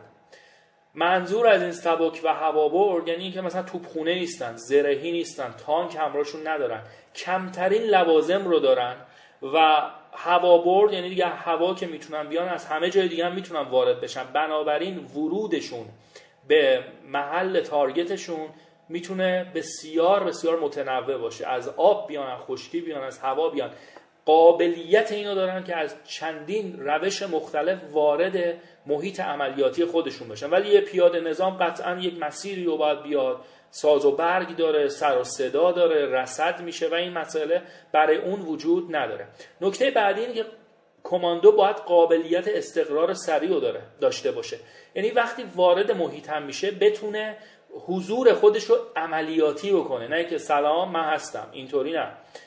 منظور از این سبک و هوابرد یعنی اینکه مثلا توپخونه نیستن، زرهی نیستن، تانک همراهشون ندارن، کمترین لوازم رو دارن و هوابرد یعنی دیگه هوا که میتونن بیان از همه جای دیگه هم میتونن وارد بشن، بنابراین ورودشون به محل تارگتشون میتونه بسیار بسیار متنوع باشه، از آب بیان، از خشکی بیان، از هوا بیان. قابلیت اینو دارن که از چندین روش مختلف وارد محیط عملیاتی خودشون بشن. ولی یه پیاده نظام قطعا یک مسیری رو باید بیاد، ساز و برگ داره، سر و صدا داره، رصد میشه و این مسئله برای اون وجود نداره. نکته بعدی اینه که کماندو باید قابلیت استقرار سریع داره داشته باشه، یعنی وقتی وارد محیط هم میشه بتونه حضور خودش رو عملیاتی بکنه، نه که سلام من هستم، اینطوری نه،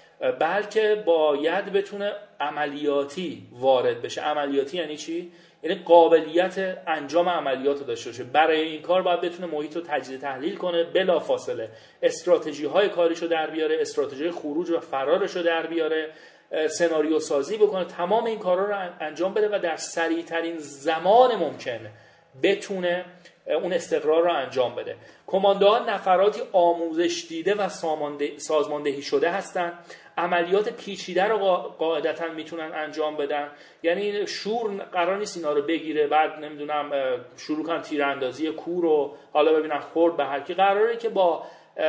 بلکه باید بتونه عملیاتی وارد بشه. عملیاتی یعنی چی؟ یعنی قابلیت انجام عملیات رو داشته باشه. برای این کار باید بتونه محیط رو تجزیه تحلیل کنه، بلافاصله استراتژی های کاریش رو در بیاره، استراتژی خروج و فرارش رو در بیاره، سناریو سازی بکنه، تمام این کارا رو انجام بده و در سریع ترین زمان ممکن بتونه اون استقرار رو انجام بده. کماندوها نفراتی آموزش دیده و سازماندهی شده هستن، عملیات پیچیده رو قاعدتاً میتونن انجام بدن، یعنی شور قرار نیست اینا رو بگیره بعد نمیدونم شروع کن تیراندازی کور رو حالا ببینن خورد به هر کی. قراره که با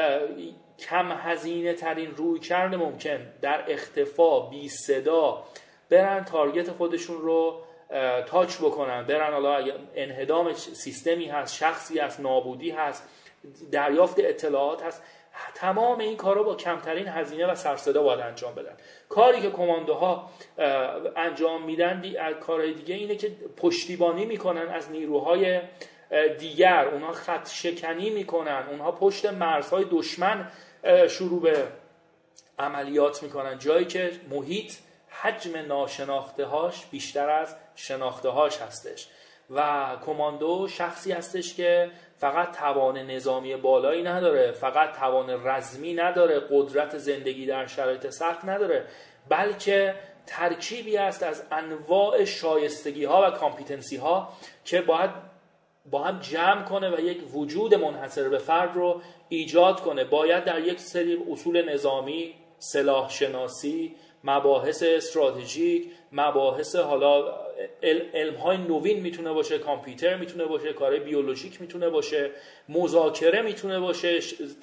کم هزینه ترین رویکرد ممکن در اختفا بی صدا برن تارگت خودشون رو تاچ بکنن، برن حالا انهدام سیستمی هست، شخصی هست، نابودی هست، دریافت اطلاعات هست، تمام این کارا با کمترین هزینه و سرصدا باید انجام بدن. کاری که کماندوها انجام میدن کارهای دیگه اینه که پشتیبانی میکنن از نیروهای دیگر، اونها خط شکنی میکنن، اونها پشت مرزهای دشمن شروع به عملیات میکنن، جایی که محیط حجم ناشناخته هاش بیشتر از شناخته هاش هستش و کماندو شخصی هستش که فقط توان نظامی بالایی نداره، فقط توان رزمی نداره، قدرت زندگی در شرایط سخت نداره، بلکه ترکیبی است از انواع شایستگی ها و کامپیتنسی ها که باید با هم جمع کنه و یک وجود منحصر به فرد رو ایجاد کنه. باید در یک سری اصول نظامی، سلاح شناسی، مباحث استراتژیک، مباحث حالا علم‌های نوین میتونه باشه، کامپیوتر میتونه باشه، کارهای بیولوژیک میتونه باشه، مذاکره میتونه باشه،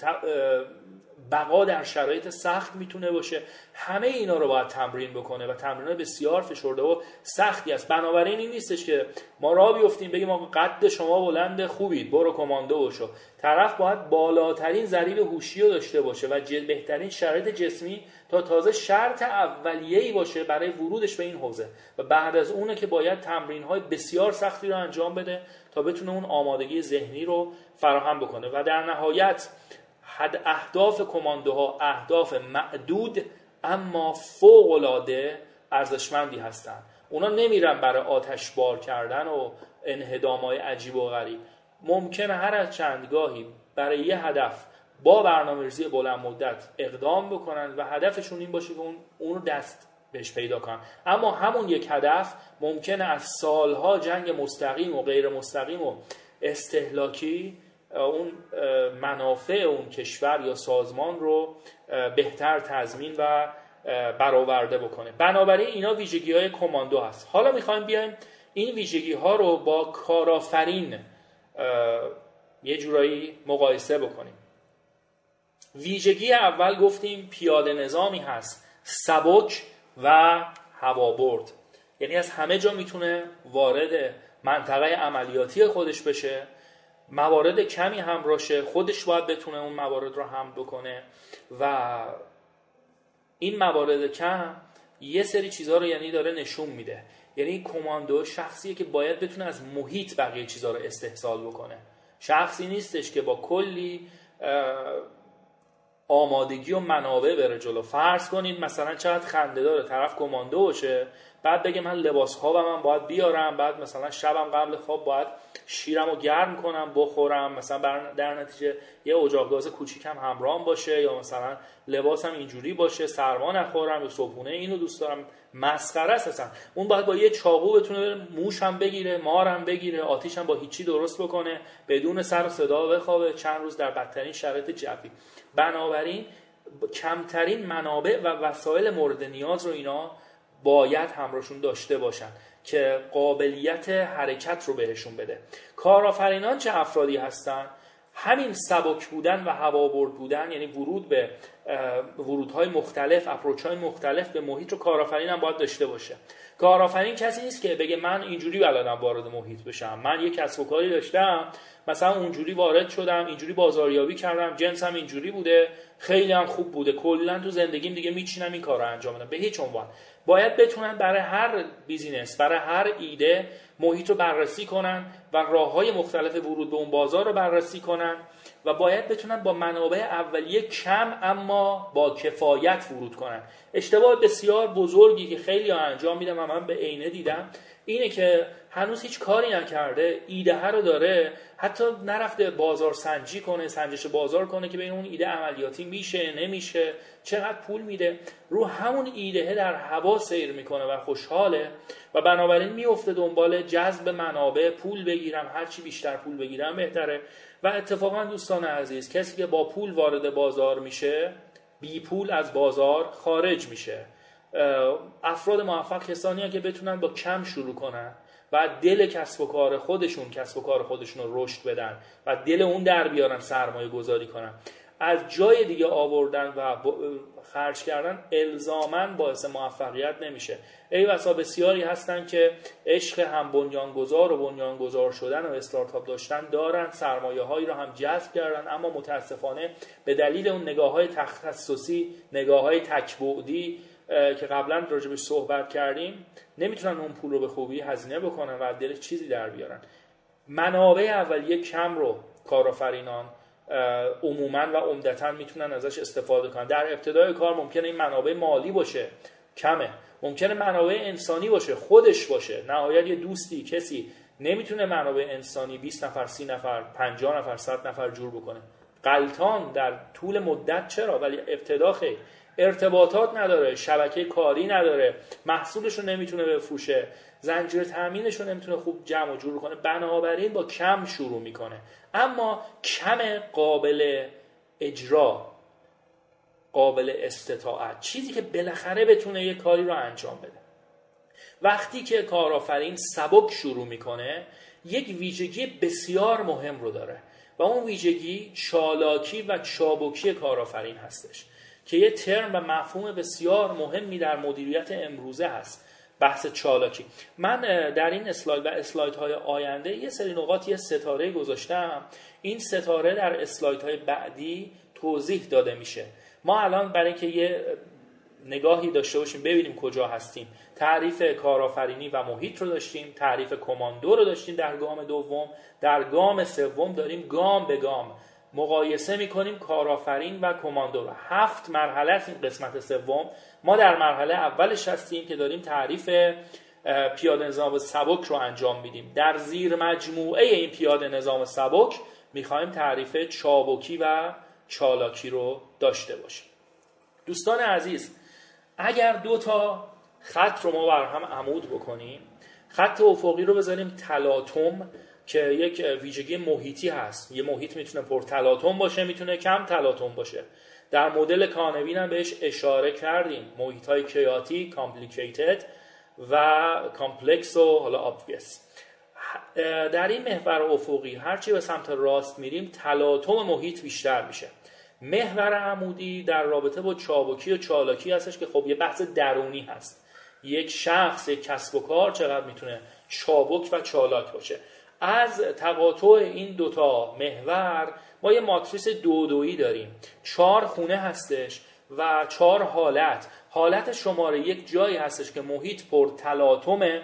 بقا در شرایط سخت میتونه باشه، همه اینا رو باید تمرین بکنه و تمرین بسیار فشرده و سختی است. بنابراین این نیستش که ما راه بیفتیم بگیم آقا قد شما بلند خوبید برو کماندو بشو. طرف باید بالاترین ضریب هوشی رو داشته باشه و بهترین شرایط جسمی تا تازه شرط اولیه‌ای باشه برای ورودش به این حوزه و بعد از اونه که باید تمرین‌های بسیار سختی رو انجام بده تا بتونه اون آمادگی ذهنی رو فراهم بکنه. و در نهایت حد اهداف کماندوها اهداف معدود اما فوق‌العاده ارزشمندی هستند. اونا نمیرن برای آتش بار کردن و انهدام‌های عجیب و غریب. ممکنه هر از چندگاهی برای یه هدف با برنامه‌ریزی بلند مدت اقدام بکنن و هدفشون این باشه که اون اون رو دست بهش پیدا کنن، اما همون یک هدف ممکنه از سالها جنگ مستقیم و غیر مستقیم و استهلاکی اون منافع اون کشور یا سازمان رو بهتر تضمین و برآورده بکنه. بنابراین اینا ویژگی‌های کماندو هست. حالا می‌خوایم بیایم این ویژگی‌ها رو با کارآفرین یه جورایی مقایسه بکنیم. ویژگی اول گفتیم پیاده نظامی هست سبک و هوابرد، یعنی از همه جا میتونه وارد منطقه عملیاتی خودش بشه، موارد کمی همراهشه، خودش باید بتونه اون موارد رو حمل بکنه و این موارد کم یه سری چیزها رو یعنی داره نشون میده. یعنی کماندو شخصیه که باید بتونه از محیط بقیه چیزها رو استحصال بکنه، شخصی نیستش که با کلی آمادگی و منابع بره جلو. فرض کنید مثلا چقدر خنده داره طرف کماندو باشه، بعد بگه من لباس خوابم هم باید بیارم، بعد مثلا شبم قبل خواب باید شیرم رو گرم کنم بخورم، مثلا در نتیجه یه اجاق گاز کوچیکم همراهم باشه، یا مثلا لباسم اینجوری باشه سرما نخورم، یا صبحونه اینو دوست دارم. مسخره است اصلا. اون باید با یه چاقو بتونه موش هم بگیره، مار هم بگیره، آتیش هم با هیچی درست بکنه، بدون سر و صدا بخوابه چند روز در بدترین شرایط جوی. بنابراین کمترین منابع و وسایل مورد نیاز رو اینا باید همراهشون داشته باشن که قابلیت حرکت رو بهشون بده. کارآفرینان چه افرادی هستن؟ همین سبک بودن و هوابرد بودن، یعنی ورود به ورودهای مختلف، اپروچ‌های مختلف به محیط رو کارآفرین هم باید داشته باشه. کارآفرین کسی نیست که بگه من اینجوری بلدم وارد محیط بشم، من یک کسب و کاری داشتم مثلا اونجوری وارد شدم، اینجوری بازاریابی کردم، جنسم اینجوری بوده، خیلی هم خوب بوده، کلا تو زندگیم دیگه میچینم این کارو انجام بدم. به هیچ عنوان. باید بتونن برای هر بیزینس، برای هر ایده محیط رو بررسی کنن و راههای مختلف ورود به اون بازار رو بررسی کنن و باید بتونن با منابع اولیه کم اما با کفایت ورود کنن. اشتباه بسیار بزرگی که خیلی ها انجام میدن و من به عینه دیدم اینه که هنوز هیچ کاری نکرده، ایده ها رو داره، حتی نرفته بازار سنجی کنه، سنجش بازار کنه که ببین اون ایده عملیاتی میشه نمیشه، چقدر پول میده، رو همون ایده در هوا سیر میکنه و خوشحاله و بنابراین میفته دنبال جذب منابع، پول بگیرم، هرچی بیشتر پول بگیرم بهتره. و اتفاقا دوستان عزیز، کسی که با پول وارد بازار میشه بی پول از بازار خارج میشه. افراد موفق کسانی هستند که بتونن با کم شروع کنن و دل کسب و کار خودشون کسب و کار خودشون رو رشد بدن و دل اون در بیارن، سرمایه گذاری کنن. از جای دیگه آوردن و خرج کردن الزاماً باعث موفقیت نمیشه. ای بسا بسیاری هستن که عشق هم بنیانگذار و بنیانگذار شدن و استارتاپ داشتن دارن، سرمایه هایی رو هم جذب کردن، اما متاسفانه به دلیل اون نگاه های تخصصی، نگاه های تک‌بعدی که قبلا راجبش صحبت کردیم، نمیتونن اون پول رو به خوبی هزینه بکنن و دلش چیزی در بیارن. منابع اولیه کم رو کارآفرینان عموما و عمدتاً میتونن ازش استفاده کنن. در ابتدای کار ممکنه این منابع مالی باشه، کمه، ممکنه منابع انسانی باشه، خودش باشه، نهایت یه دوستی، کسی نمیتونه منابع انسانی بیست نفر، سی نفر، پنجاه نفر، صد نفر جور بکنه. غلطان در طول مدت چرا، ولی ابتدا خیلی ارتباطات نداره، شبکه کاری نداره، محصولش رو نمیتونه بفروشه، زنجیره تامینش رو نمیتونه خوب جمع و جور کنه، بنابراین با کم شروع میکنه، اما کم قابل اجرا، قابل استطاعت، چیزی که بالاخره بتونه یه کاری رو انجام بده. وقتی که کارآفرین سبک شروع میکنه یک ویژگی بسیار مهم رو داره و اون ویژگی چالاکی و چابکی کارآفرین هستش که یه ترم و مفهوم بسیار مهمی در مدیریت امروزه هست، بحث چالاکی. من در این اسلاید و اسلایدهای آینده یه سری نقاط یه ستاره گذاشتم، این ستاره در اسلایدهای بعدی توضیح داده میشه. ما الان برای اینکه یه نگاهی داشته باشیم ببینیم کجا هستیم، تعریف کارآفرینی و محیط رو داشتیم، تعریف کماندو رو داشتیم در گام دوم، در گام سوم داریم گام به گام مقایسه میکنیم کارآفرین و کماندو رو. هفت مرحله است این قسمت سوم. ما در مرحله اولش هستیم که داریم تعریف پیاده نظام سبک رو انجام میدیم. در زیر مجموعه این پیاده نظام سبک میخوایم تعریف چابکی و چالاکی رو داشته باشیم. دوستان عزیز، اگر دو تا خط رو ما بر هم عمود بکنیم، خط افقی رو بذاریم تلاطم که یک ویژگی محیطی هست، یه محیط میتونه پر تلاطم باشه، میتونه کم تلاطم باشه. در مدل کانوین هم بهش اشاره کردیم، محیط های کیاتی، کامپلیکیتد و کامپلکس و حالا obvious. در این محور افقی هرچی به سمت راست میریم تلاطم محیط بیشتر میشه. محور عمودی در رابطه با چابکی و چالاکی هستش که خب یه بحث درونی هست. یک شخص، یک کسب و کار چقدر میتونه چابک و چالاک باشه. از تقاطع این دوتا محور ما یه ماتریس دو دویی داریم. چهار خونه هستش و چهار حالت. حالت شماره یک جایی هستش که محیط پر تلاطمه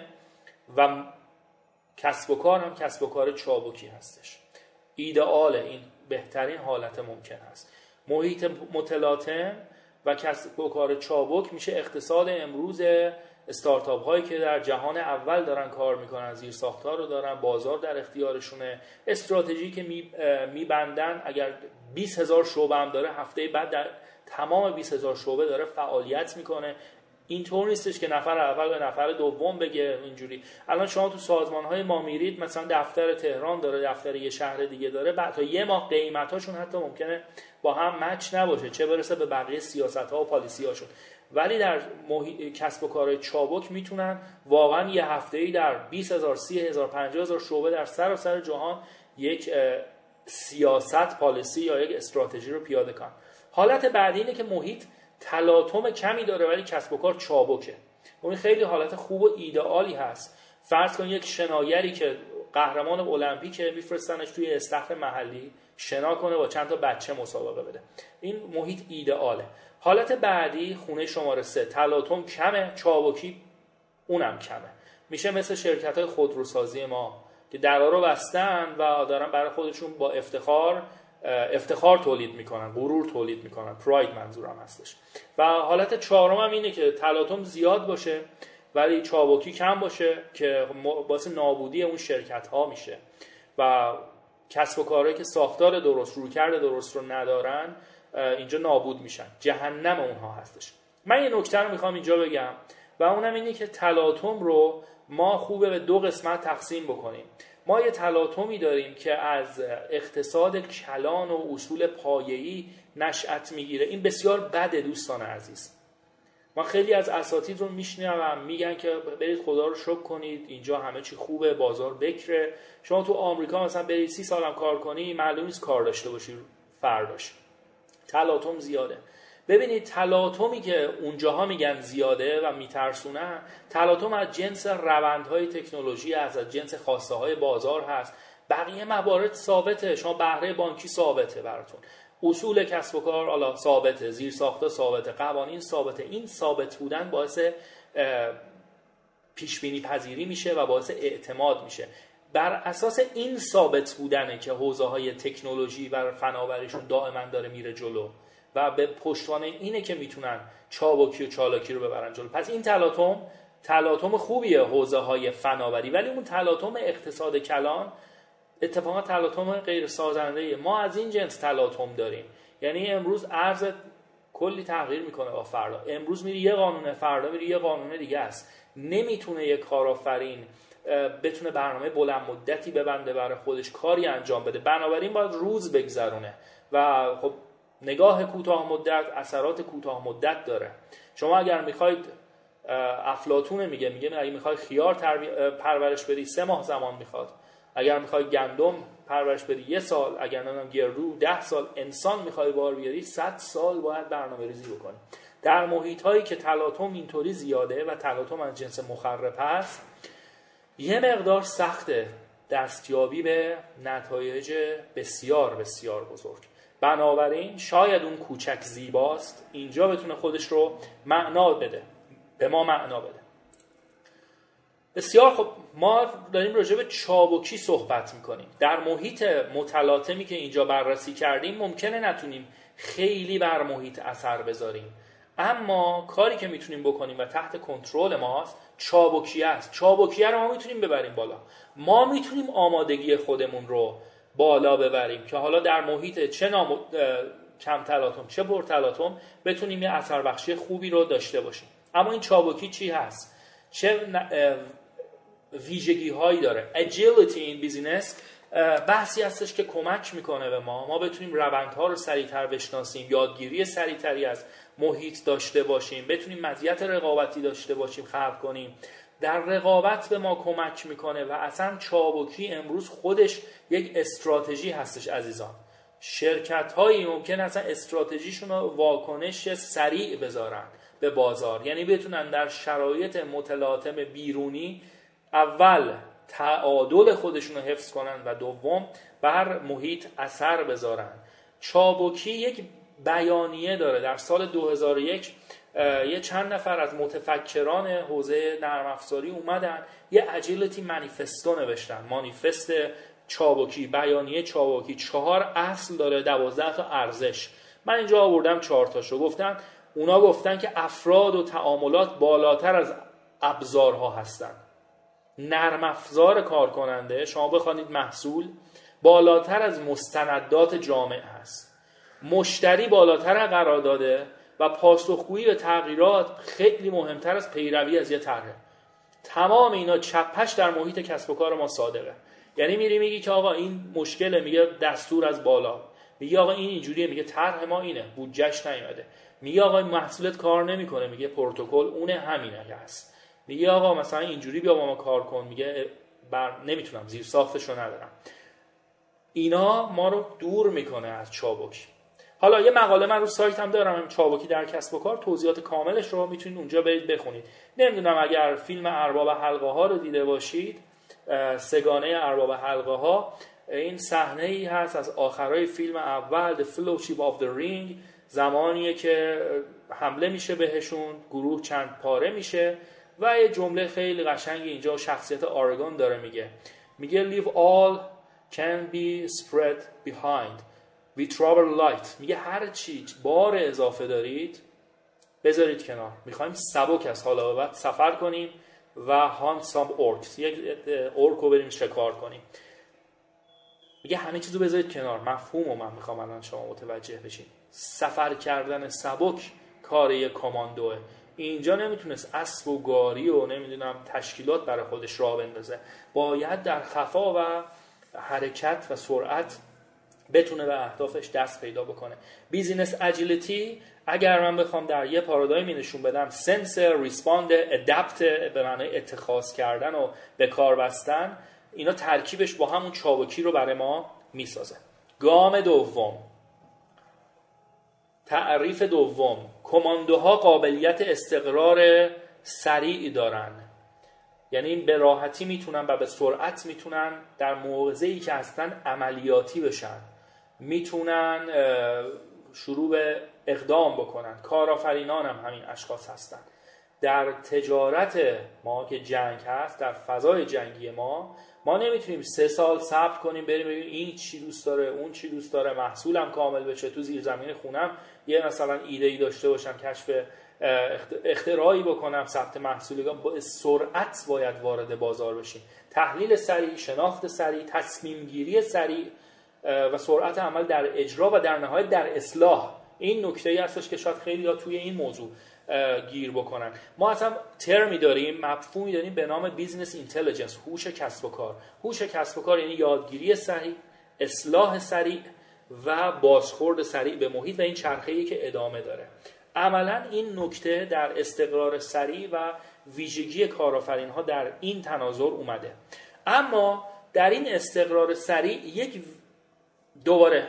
و کسب و کار هم کسب و کار چابکی هستش. ایدئال، این بهترین حالت ممکن هست. محیط متلاطم و کسب و کار چابک میشه اقتصاد امروز استارتاپ هایی که در جهان اول دارن کار میکنن، زیر ساختار رو دارن، بازار در اختیارشونه، استراتژی که میبندن. اگر بیست هزار شعبه هم داره، هفته بعد در تمام بیست هزار شعبه داره فعالیت میکنه. اینطور نیستش که نفر اول به نفر دوم بگه اینجوری. الان شما تو سازمان های ما میرید، مثلا دفتر تهران داره، دفتر یه شهر دیگه داره، بعد تا یه ماه قیمتاشون حتی ممکنه با هم مچ نباشه، چه برسه به بقیه سیاست ها و پالیسی هاشون. ولی در محیط کسب و کارهای چابک میتونن واقعا یه هفته‌ای در بیست هزار، سی هزار، پنجاه هزار شعبه در سراسر جهان یک سیاست، پالیسی یا یک استراتژی رو پیاده کنن. حالت بعدی اینه که محیط تلاطم کمی داره ولی کسب و کار چابکه. اون خیلی حالت خوب و ایدئالی هست. فرض کن یک شناگری که قهرمان المپیکه، میفرستنش توی استخر محلی شنا کنه، با چند تا بچه مسابقه بده. این محیط ایدئاله. حالت بعدی خونه شماره سه، تلاطم کمه، چابکی اونم کمه. میشه مثل شرکت‌های خودروسازی ما که درا رو بستن و دارن برای خودشون با افتخار افتخار تولید میکنن، غرور تولید میکنن، پراید منظورم هستش. و حالت چهارم هم اینه که تلاطم زیاد باشه ولی چابکی کم باشه که باعث نابودی اون شرکت ها میشه و کسب و کارهایی که ساختار درست، رویکرد درست رو ندارن اینجا نابود میشن. جهنم اونها هستش. من یه نکته رو میخوام اینجا بگم و اونم اینه که تلاطم رو ما خوبه به دو قسمت تقسیم بکنیم. ما یه تلاطمی داریم که از اقتصاد کلان و اصول پایه‌ای نشأت میگیره. این بسیار بده دوستان عزیز. ما خیلی از اساتید رو میشنوم میگن که برید خدا رو شکر کنید، اینجا همه چی خوبه، بازار بکره. شما تو آمریکا مثلا برید سی سالم کار کنی، معلوم نیست کار داشته باشی فرداش. تلاطم زیاده. ببینید تلاطمی که اونجاها میگن زیاده و میترسونن، تلاطم از جنس روندهای تکنولوژی هست، از جنس خواسته های بازار هست. بقیه موارد ثابته. شما بهره بانکی ثابته براتون، اصول کسب و کار حالا ثابته، زیر ساخته ثابته، قوانین ثابته. این ثابت بودن باعث پیش بینی پذیری میشه و باعث اعتماد میشه. بر اساس این ثابت بودنه که حوزه های تکنولوژی و فناوریشون دائما داره میره جلو و به پشتوانه اینه که میتونن چابکی و چالاکی رو ببرن جلو. پس این تلاطم تلاطم خوبیه حوزه های فناوری، ولی اون تلاطم اقتصاد کلان اتفاقا تلاطم غیر سازنده‌ایه. ما از این جنس تلاطم داریم. یعنی امروز ارز کلی تغییر میکنه با فردا. امروز میری یه قانونه، فردا میری یه قانون دیگه است. نمیتونه یک کارآفرین بتونه برنامه بلند مدتی ببنده برای خودش، کاری انجام بده. بنابراین باید روز بگذرونه و خب نگاه کوتاه مدت اثرات کوتاه مدت داره. شما اگر میخواید، افلاطون میگه میگه اگه میخوای خیار پرورش بدی سه ماه زمان میخواد، اگر میخوای گندم پرورش بدی یه سال، اگر نمیدونم گردو ده سال، انسان میخوای بار بیاری صد سال باید برنامه ریزی بکنی. در محیط هایی که تلاطم اینطوری زیاده و تلاطم از جنس مخرب هست، یه مقدار سخته دستیابی به نتایج بسیار بسیار بزرگ. بنابراین شاید اون کوچک زیباست اینجا بتونه خودش رو معنا بده، به ما معنا بده. بسیار خب، ما داریم راجع به چابکی صحبت میکنیم. در محیط متلاطمی که اینجا بررسی کردیم ممکنه نتونیم خیلی بر محیط اثر بذاریم، اما کاری که میتونیم بکنیم و تحت کنترل ماست چابکی است. چابکی رو ما میتونیم ببریم بالا. ما میتونیم آمادگی خودمون رو بالا ببریم که حالا در محیط چه نام... کم تلاطم چه پر تلاطم بتونیم یه اثر بخشی خوبی رو داشته باشیم. اما این چابکی چی هست؟ چه ویژگی هایی داره؟ اجیلیتی این بیزینس بحثی هستش که کمک میکنه به ما ما بتونیم روندها رو سریعتر بشناسیم، یادگیری سریعتری از محیط داشته باشیم، بتونیم مزیت رقابتی داشته باشیم، خلق کنیم، در رقابت به ما کمک میکنه و اصلا چابکی امروز خودش یک استراتژی هستش عزیزان. شرکت هایی ممکن اصلا استراتژیشون رو واکنش سریع بذارن به بازار، یعنی بتونن در شرایط متلاطم بیرونی اول تعادل خودشون رو حفظ کنن و دوم بر محیط اثر بذارن. چابکی یک بیانیه داره. در سال دو هزار و یک یه چند نفر از متفکران حوزه نرم افزاری اومدن یه اجیلیتی مانیفستو نوشتن. مانیفست چابکی، بیانیه چابکی، چهار اصل داره، دوازده تا ارزش. من اینجا آوردم چهار تاشو. گفتن اونا گفتن که افراد و تعاملات بالاتر از ابزارها هستن. نرم افزار کارکننده، شما بخوانید محصول، بالاتر از مستندات جامعه هست. مشتری بالاتر از قرارداده و پاسخگویی به تغییرات خیلی مهمتر از پیروی از یه طرحه. تمام اینا چپش در محیط کسب و کار ما صادقه. یعنی میری میگی که آقا این مشکله، میگه دستور از بالا. میگه آقا این اینجوریه، میگه طرح ما اینه، بودجهش نیومده. میگه آقا این محصولت کار نمیکنه، میگه پروتکل اونه همینه که هست. میگه آقا مثلا اینجوری بیا با ما کار کن، میگه بر نمیتونم، زیر ساختشو ندارم. اینا ما رو دور میکنه از چابکی. حالا یه مقاله من رو سایتم دارم، چابکی در کسب و کار، توضیحات کاملش رو میتونید اونجا برید بخونید. نمیدونم اگر فیلم ارباب حلقه ها رو دیده باشید، سگانه ارباب حلقه ها، این صحنه ای هست از آخرای فیلم اول The Fellowship of the Ring، زمانیه که حمله میشه بهشون، گروه چند پاره میشه و یه جمله خیلی قشنگی اینجا شخصیت آرگون داره میگه. میگه Leave all can be spread behind we travel light. میگه هر چی بار اضافه دارید بذارید کنار، میخوایم سبک از حالا به بعد سفر کنیم و hunt some orcs، یک اورک رو بریم شکار کنیم. میگه همه چیزو بذارید کنار. مفهومو من میخوام الان شما متوجه بشین. سفر کردن سبک کار یک کاماندوه. اینجا نمیتونست اسب و گاری و نمیدونم تشکیلات برای خودش راه بندازه، باید در خفا و حرکت و سرعت بتونه به اهدافش دست پیدا بکنه. بیزینس اجیلیتی اگر من بخوام در یه پارادایمی نشون بدم، سنس، ریسپاند، ادپت به معنای اتخاذ کردن و به کار بستن، اینا ترکیبش با همون چابکی رو برای ما میسازه. گام دوم، تعریف دوم، کماندوها قابلیت استقرار سریع دارن. یعنی به راحتی میتونن و به سرعت میتونن در موضعی که هستن عملیاتی بشن، میتونن شروع به اقدام بکنن. کارآفرینان هم همین اشخاص هستن. در تجارت ما که جنگ هست، در فضای جنگی ما ما نمیتونیم سه سال صبر کنیم بریم ببینیم این چی دوست داره، اون چی دوست داره، محصولم کامل بشه، تو زیر زمین خونم یه مثلا ایده ای داشته باشم، کشف اختراعی بکنم، ثبت محصولی، با سرعت باید وارد بازار بشیم. تحلیل سریع، شناخت سریع، تصمیم گیری سریع و سرعت عمل در اجرا و در نهایت در اصلاح. این نکته‌ای هستش که شاید خیلی ها توی این موضوع گیر بکنن. ما اصلا ترمی داریم، مفهومی داریم به نام بیزنس اینتلیجنس، هوش کسب و کار. هوش کسب و کار یعنی یادگیری سریع، اصلاح سریع و بازخورد سریع به محیط و این چرخه‌ای که ادامه داره. عملا این نکته در استقرار سریع و ویژگی کارآفرین‌ها در این تناظر اومده. اما در این استقرار سریع یک دوباره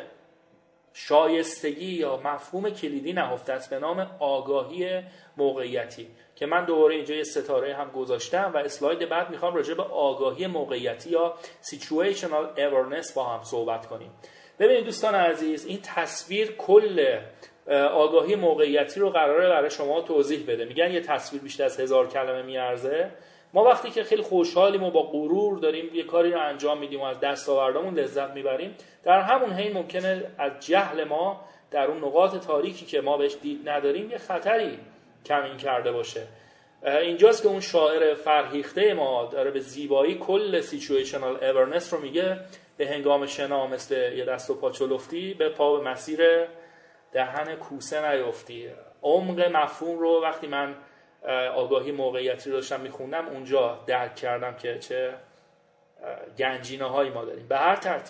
شایستگی یا مفهوم کلیدی نهفته است به نام آگاهی موقعیتی که من دوباره اینجا یه ستاره هم گذاشتم و اسلاید بعد میخوام راجع به آگاهی موقعیتی یا situational awareness با هم صحبت کنیم. ببینید دوستان عزیز، این تصویر کل آگاهی موقعیتی رو قراره برای شما توضیح بده. میگن یه تصویر بیشتر از هزار کلمه میارزه. ما وقتی که خیلی خوشحالیم و با غرور داریم یه کاری رو انجام میدیم و از دستاوردامون لذت میبریم، در همون حین ممکنه از جهل ما در اون نقاط تاریکی که ما بهش دید نداریم یه خطری کمین کرده باشه. اینجاست که اون شاعر فرهیخته ما داره به زیبایی کل situational awareness رو میگه: به هنگام شنا مثل یه دست و پا چلفتی، به پا به مسیر دهن کوسه نیفتی. عمق مفهوم رو وقتی من آگاهی موقعیتی رو داشتم میخوندم اونجا درک کردم که چه گنجینه هایی ما داریم. به هر ترتیب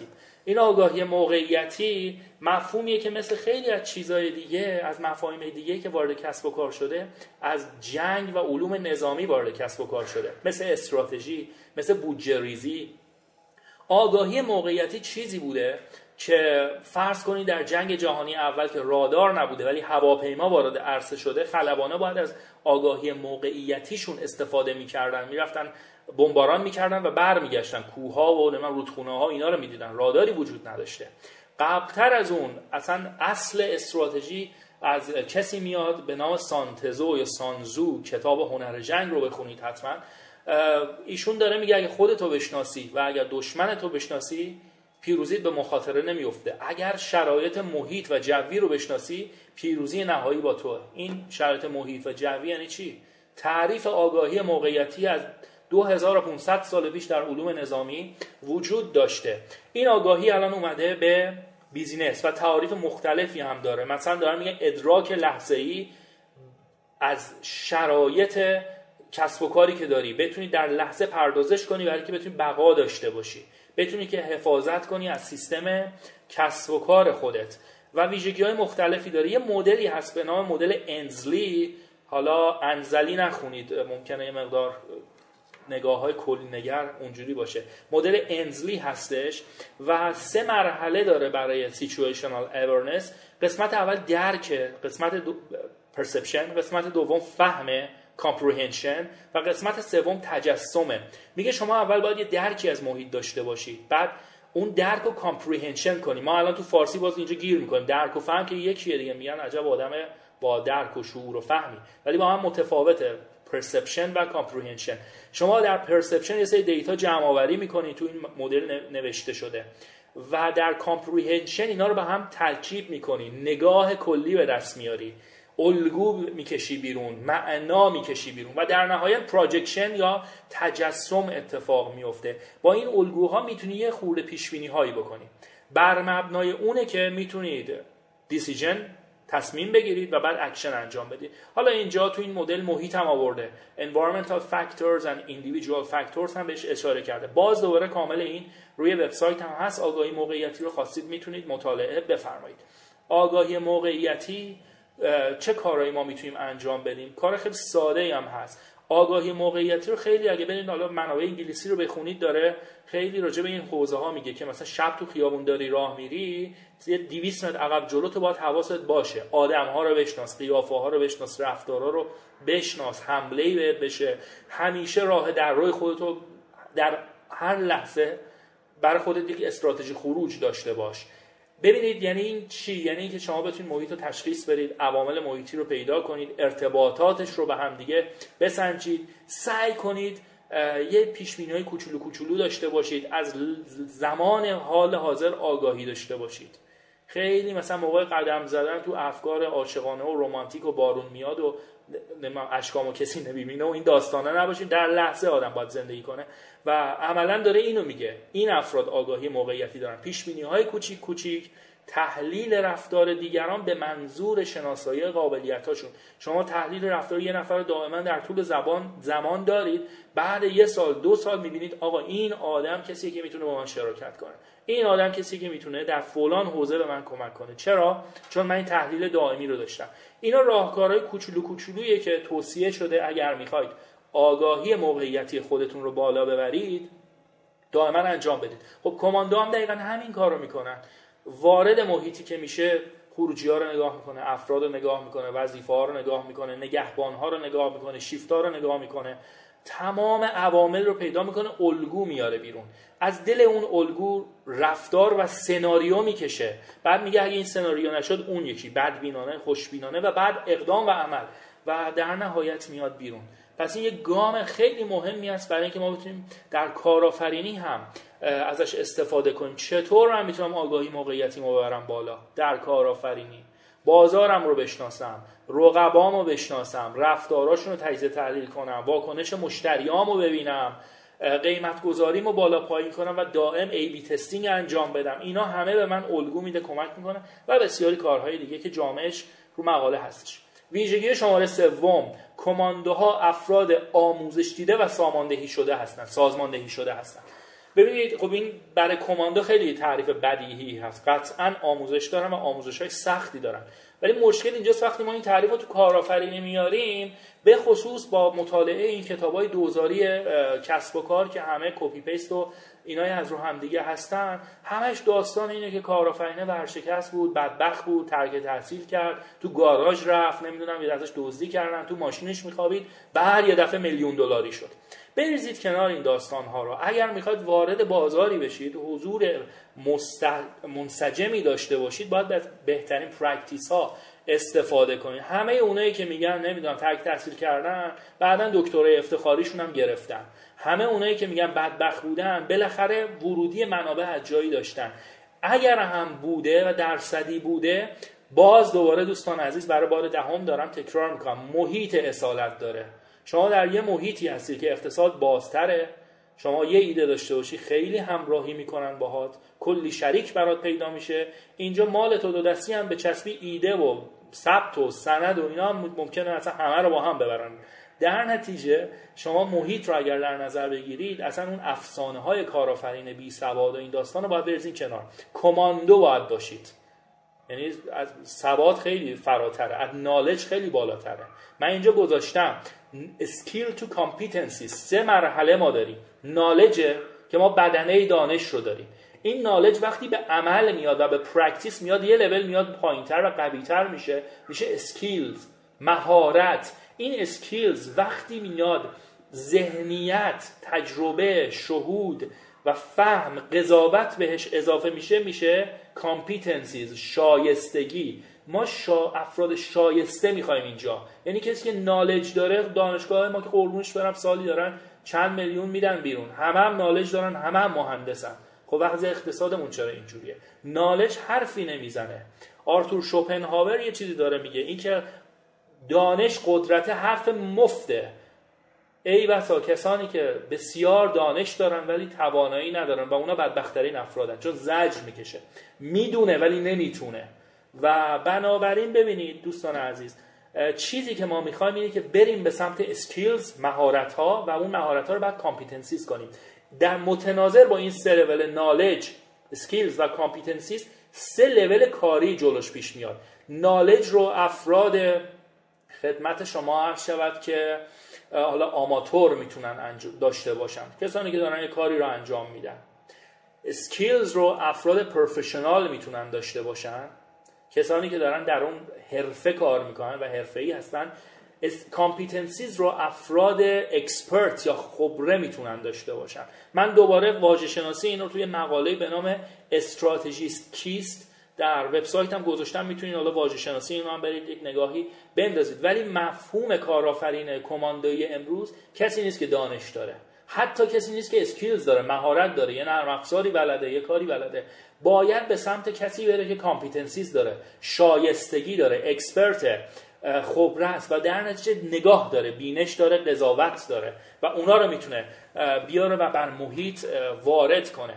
این آگاهی موقعیتی مفهومیه که مثل خیلی از چیزهای دیگه، از مفاهیم دیگه که وارد کسب و کار شده، از جنگ و علوم نظامی وارد کسب و کار شده، مثل استراتژی، مثل بودجه ریزی. آگاهی موقعیتی چیزی بوده که فرض کنید در جنگ جهانی اول که رادار نبوده ولی هواپیما وارد عرصه شده، خلبانا باید از آگاهی موقعیتیشون استفاده می‌کردن، می‌رفتن بمباران می‌کردن و برمیگشتن، کوه‌ها و نمیدونم رودخونه‌ها اینا رو می‌دیدن، راداری وجود نداشته. قبل‌تر از اون اصلا اصل استراتژی از کسی میاد به نام سانتزو یا سانزو، کتاب هنر جنگ رو بخونید حتما. ایشون داره میگه اگه خودتو بشناسی و اگر دشمنتو بشناسی، پیروزیت به مخاطره نمیفته. اگر شرایط محیط و جوی رو بشناسی، پیروزی نهایی با توه. این شرایط محیط و جوی یعنی چی؟ تعریف آگاهی موقعیتی از دو هزار و پانصد سال پیش در علوم نظامی وجود داشته. این آگاهی الان اومده به بیزینس و تعاریف مختلفی هم داره. مثلا دارن میگن ادراک لحظه‌ای از شرایط کسب و کاری که داری، بتونی در لحظه پردازش کنی برای که بتونی بقا داشته باشی، بتونی که حفاظت کنی از سیستم کسب و کار خودت و ویژگی‌های مختلفی داره. یه مدلی هست به نام مدل انزلی، حالا انزلی نخونید، ممکنه یه مقدار نگاه‌های کلی نگر اونجوری باشه. مدل انزلی هستش و سه مرحله داره برای سیچویشنال اورننس. قسمت اول درک، قسمت دو پرسپشن، قسمت دوم فهمه comprehension و قسمت سوم تجسمه. میگه شما اول باید یه درکی از محیط داشته باشید، بعد اون درک رو comprehension کنی. ما الان تو فارسی باز اینجا گیر میکنیم، درک و فهم که یکیه دیگه، میگن عجب آدم با درک و شعور و فهمی، ولی با هم متفاوته، perception و comprehension. شما در perception یه سری دیتا جمع آوری میکنی، تو این مدل نوشته شده، و در comprehension اینا رو به هم ترکیب میکنی، نگاه کلی به دست میاری، الگو میکشی بیرون، معنا میکشی بیرون و در نهایت پروجکشن یا تجسم اتفاق میفته. با این الگوها میتونی یه خورده پیشبینی هایی بکنی. بر مبنای اونه که میتونید دیسیژن، تصمیم بگیرید و بعد اکشن انجام بدید. حالا اینجا تو این مدل محیط هم آورده، environmental factors and individual factors هم بهش اشاره کرده. باز دوباره کامل این روی وبسایت هم هست. آگاهی موقعیتی رو خواستید میتونید مطالعه بفرمایید. آگاهی موقعیتی چه کارهایی ما میتونیم انجام بدیم؟ کار خیلی ساده ای هم هست. آگاهی موقعیتی رو خیلی اگه برید حالا منابع انگلیسی رو بخونید، داره خیلی راجع به این حوزه ها میگه که مثلا شب تو خیابون داری راه میری، یه دویست متر عقب جلو تو باید حواست باشه، آدم ها رو بشناس، قیافه ها رو بشناس، رفتارها رو بشناس، حمله‌ای بهت بشه، همیشه راه در روی خودتو در هر لحظه برای خودت یک استراتژی خروج داشته باش. ببینید یعنی این چی؟ یعنی اینکه شما بتونید محیط رو تشخیص بدید، عوامل محیطی رو پیدا کنید، ارتباطاتش رو به هم دیگه بسنجید، سعی کنید یه پیش‌بینی‌های کوچولو کوچولو داشته باشید، از زمان حال حاضر آگاهی داشته باشید. خیلی مثلا موقع قدم زدن تو افکار عاشقانه و رمانتیک و بارون میاد و اشکامو کسی نمیبینه و این داستانه نباشید. در لحظه آدم باید زندگی کنه و عملا داره اینو میگه. این افراد آگاهی موقعیتی دارن، پیش‌بینی‌های کوچیک کوچیک، تحلیل رفتار دیگران به منظور شناسایی قابلیتاشون. شما تحلیل رفتار یه نفر رو دائما در طول زبان زمان دارید، بعد یه سال دو سال میبینید آقا این آدم کسیه که میتونه با من شراکت کنه، این آدم کسی که میتونه در فلان حوزه به من کمک کنه. چرا؟ چون من این تحلیل دائمی رو داشتم. اینا راهکارهای کوچولو کوچولویی که توصیه شده اگر میخواید آگاهی موقعیتی خودتون رو بالا ببرید دائما انجام بدید. خب کماندو هم دقیقاً همین کارو میکنن. وارد محیطی که میشه خروجی‌ها رو نگاه میکنه، افراد رو نگاه میکنه، وظیفه‌ها رو نگاه میکنه، نگهبان‌ها رو نگاه میکنه، شیفت‌ها رو نگاه میکنه، تمام عوامل رو پیدا میکنه، الگو میاره بیرون. از دل اون الگو رفتار و سناریو میکشه، بعد میگه اگه این سناریو نشد اون یکی، بدبینانه، خوشبینانه و بعد اقدام و عمل و در نهایت میاد بیرون. پس این یک گام خیلی مهمی است برای اینکه ما بتونیم در کارآفرینی هم ازش استفاده کنیم. چطور من میتونم آگاهی موقعیتی رو ببرم بالا در کارآفرینی؟ بازارم رو بشناسم، رقبام رو بشناسم، رفتاراشون رو تجزیه تحلیل کنم، واکنش مشتریام رو ببینم، قیمت گذاریم رو بالا پایین کنم و دائم ای بی تستینگ انجام بدم. اینا همه به من الگو میده، کمک میکنه و بسیاری کارهای دیگه که جامعش رو مقاله هستش. ویژگی شماره سوم، کماندوها افراد آموزش دیده و ساماندهی شده هستند، سازماندهی شده هستند. ببینید خب این برای کماندو خیلی تعریف بدیهی هست، قطعا آموزش دارن و آموزش‌های سختی دارن، ولی مشکل اینجاست وقتی ما این تعریف رو تو کارآفرینی میاریم، به خصوص با مطالعه این کتاب‌های دوزاری کسب و کار که همه کپی پیست و اینای از رو همدیگه هستن، همش داستان اینه که کارآفرینه ورشکست بود، بدبخت بود، ترک تحصیل کرد، تو گاراژ رفت، نمیدونم یه ازش دزدی کردن، تو ماشینش میخوابید، بعد یه دفعه میلیون دلاری شد. بریزید کنار این داستان‌ها رو. اگر میخواید وارد بازاری بشید، حضور مست... منسجمی داشته باشید، باید از بهترین پرکتیس ها استفاده کنید. همه اونایی که میگن نمیدونم ترک تحصیل کردن، بعداً دکترای افتخاریشون هم گرفتن. همه اونایی که میگن بدبخت بودن، بالاخره ورودی منابع از جایی داشتن. اگر هم بوده و درصدی بوده، باز دوباره دوستان عزیز برای بار دهم دارم تکرار میکنم، محیط اصالت داره. شما در یه محیطی هستی که اقتصاد بازتره، شما یه ایده داشته باشی خیلی همراهی میکنن باهات، کلی شریک برات پیدا میشه. اینجا مال تو دو دستی هم به چسبی ایده و ثبت و سند و اینا هم ممکنه اصلا همه رو با هم ببرن. در نتیجه شما محیط رو اگر در نظر بگیرید، اصلا اون افسانه های کارآفرین بی سواد و این داستان رو باید بریزین کنار. کماندو باید باشید، یعنی از سواد خیلی فراتره، از نالج خیلی بالاتره. من اینجا گذاشتم skill to competency، سه مرحله ما داریم. نالج که ما بدنه دانش رو داریم، این نالج وقتی به عمل میاد و به پرکتیس میاد، یه لول میاد پایینتر و قویتر میشه، میشه skills، مهارت. این skills وقتی میاد ذهنیت، تجربه، شهود و فهم، قضاوت بهش اضافه میشه، میشه competencies، شایستگی. ما شا... افراد شایسته میخوایم اینجا، یعنی کسی که نالج داره. دانشگاه ما که قربونش برم سالی دارن چند میلیون میدن بیرون، همه هم نالج دارن، همه هم مهندسن. خب وضع اقتصادمون چرا اینجوریه؟ نالج حرفی نمیزنه. آرتور شوپنهاور یه چیزی داره میگه، این که دانش قدرت حرف مفته. ای بسا کسانی که بسیار دانش دارن ولی توانایی ندارن و اونا بدبخترین افرادن، چون زجر میکشه، میدونه ولی نمیتونه. و بنابراین ببینید دوستان عزیز، چیزی که ما میخوایم اینه که بریم به سمت اسکیلز، مهارت ها، و اون مهارت ها رو بعد کامپیتنسیز کنیم. در متناظر با این سه لول نالج، اسکیلز و کامپیتنسیز، سه لول کاری جلوش پیش میاد. نالج رو افراد خدمت شما عرض شود که حالا آماتور میتونن داشته باشن، کسانی که دارن یه کاری رو انجام میدن. اسکیلز رو افراد پروفشنال میتونن داشته باشن، کسانی که دارن در اون حرفه کار میکنن و حرفه‌ای هستن. کامپیتنسیز رو افراد اکسپرت یا خبره میتونن داشته باشن. من دوباره واژه شناسی این رو توی مقاله به نام استراتژیست کیست در وبسایتم گذاشتم، میتونین حالا واژه شناسی اینو هم برید یک نگاهی بندازید. ولی مفهوم کارآفرین کماندویی امروز کسی نیست که دانش داره، حتی کسی نیست که اسکیلز داره، مهارت داره، یه نرم افزاری بلده، یه کاری بلده. باید به سمت کسی بره که کامپیتنسیز داره، شایستگی داره، اکسپرت، خبره است و در نتیجه نگاه داره، بینش داره، قضاوت داره و اونا رو میتونه بیاره و بر محیط وارد کنه.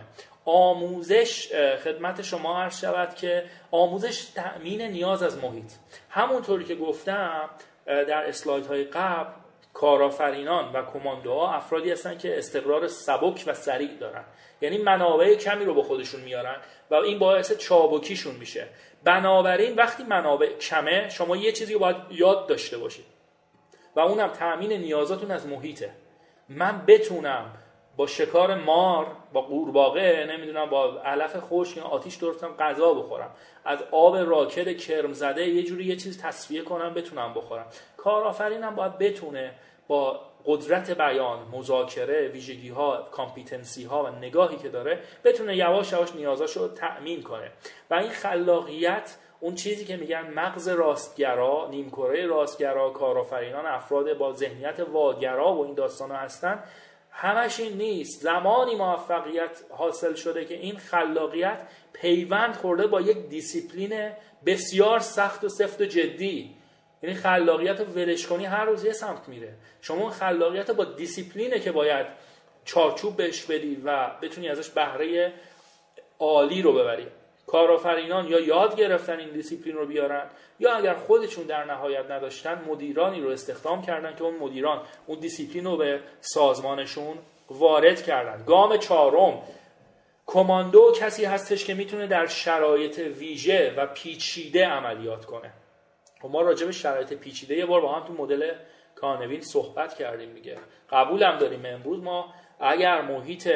آموزش خدمت شما عرض شود که آموزش تأمین نیاز از محیط. همونطوری که گفتم در اسلایدهای قبل، کارآفرینان و کماندوها افرادی هستن که استقرار سبک و سریع دارن، یعنی منابع کمی رو به خودشون میارن و این باعث چابکیشون میشه. بنابراین وقتی منابع کمه، شما یه چیزی رو باید یاد داشته باشید و اونم تأمین نیازاتون از محیطه. من بتونم با شکار مار، با قورباغه، نمیدونم با علف خشک آتیش درستم غذا بخورم، از آب راکد کرم زده یه جوری یه چیز تصفیه کنم بتونم بخورم. کارآفرینم باید بتونه با قدرت بیان، مذاکره، ویژگی ها، کامپیتنسی ها و نگاهی که داره بتونه یواش یواش نیازاشو تأمین کنه. و این خلاقیت، اون چیزی که میگن مغز راستگرا، نیمکره راستگرا، کارآفرینان افراد با ذهنیت واگرا و این داستانا هستن، همش این نیست. زمانی موفقیت حاصل شده که این خلاقیت پیوند خورده با یک دیسیپلین بسیار سخت و سفت و جدی. یعنی خلاقیت رو ولش کنی هر روز یه سمت میره. شما خلاقیت با دیسیپلینه که باید چارچوب بهش بدی و بتونی ازش بهره عالی رو ببری. کارآفرینان یا یاد گرفتن این دیسیپلین رو بیارن، یا اگر خودشون در نهایت نداشتن، مدیرانی رو استخدام کردن که اون مدیران اون دیسیپلین رو به سازمانشون وارد کردن. گام چهارم، کماندو کسی هستش که میتونه در شرایط ویژه و پیچیده عملیات کنه. و ما راجع به شرایط پیچیده یه بار با هم تو مدل کانوین صحبت کردیم دیگه. قبولم داریم امروز ما اگر محیط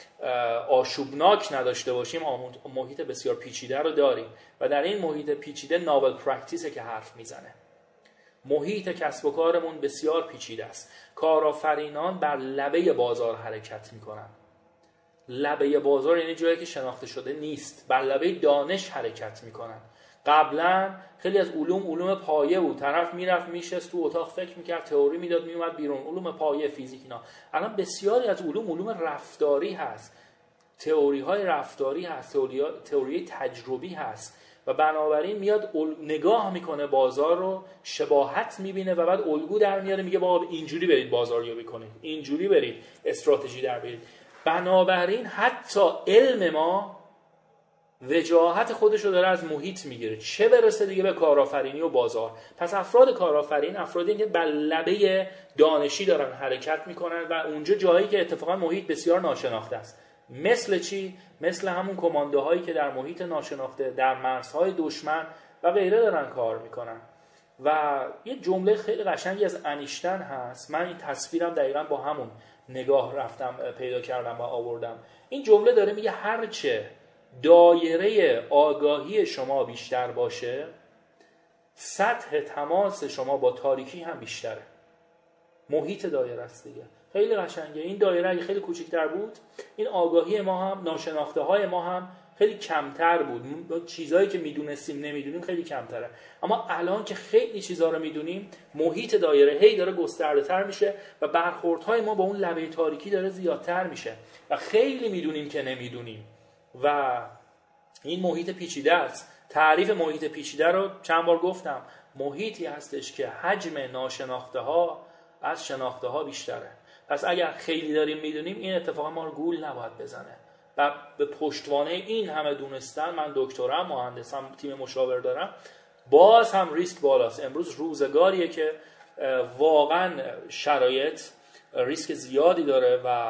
آشوبناک نداشته باشیم محیط بسیار پیچیده رو داریم و در این محیط پیچیده ناول پرکتیسه که حرف میزنه. محیط کسب و کارمون بسیار پیچیده است. کارآفرینان بر لبه بازار حرکت میکنن. لبه بازار یعنی جایی که شناخته شده نیست. بر لبه دانش حرکت میکنن. قبلا خیلی از علوم علوم پایه بود. طرف میرفت میشست تو اتاق فکر میکرد، تئوری میداد میومد بیرون. علوم پایه، فیزیک اینا. الان بسیاری از علوم علوم رفتاری هست. تئوری های رفتاری هست، تئوری تئوری تجربی هست و بنابراین میاد نگاه میکنه بازار رو، شباهت میبینه و بعد الگو در میاره، میگه بابا اینجوری برید بازاریابی کنید، اینجوری برید استراتژی در بیارید. بنابراین حتی علم ما وجاهت خودش رو داره از محیط میگیره، چه برسه دیگه به کارآفرینی و بازار. پس افراد کارآفرین افرادی که بر لبه دانشی دارن حرکت میکنن و اونجا جایی که اتفاقا محیط بسیار ناشناخته است. مثل چی؟ مثل همون کماندوهایی که در محیط ناشناخته، در مرزهای دشمن و غیره دارن کار میکنن. و یه جمله خیلی قشنگی از انیشتن هست. من این تصویرم دقیقاً با همون نگاه رفتم پیدا کردم و آوردم. این جمله داره میگه هرچه دایره آگاهی شما بیشتر باشه، سطح تماس شما با تاریکی هم بیشتره. محیط دایره است دیگه. خیلی قشنگه. این دایره اگه خیلی کوچکتر بود، این آگاهی ما هم، ناشناخته های ما هم خیلی کمتر بود. چیزایی که میدونستیم نمیدونیم خیلی کمتره. اما الان که خیلی چیزا رو میدونیم، محیط دایره هی داره گسترده تر میشه و برخوردهای ما با اون لبه تاریکی داره زیادتر میشه و خیلی میدونیم که نمیدونیم و این محیط پیچیده است. تعریف محیط پیچیده رو چند بار گفتم. محیطی هستش که حجم ناشناخته ها از شناخته ها بیشتره. پس اگر خیلی داریم میدونیم، این اتفاقا ما رو گول نباید بزنه. و به پشتوانه این همه دونستن، من دکترم، مهندسم، تیم مشاور دارم، باز هم ریسک بالاست. امروز روزگاریه که واقعا شرایط ریسک زیادی داره و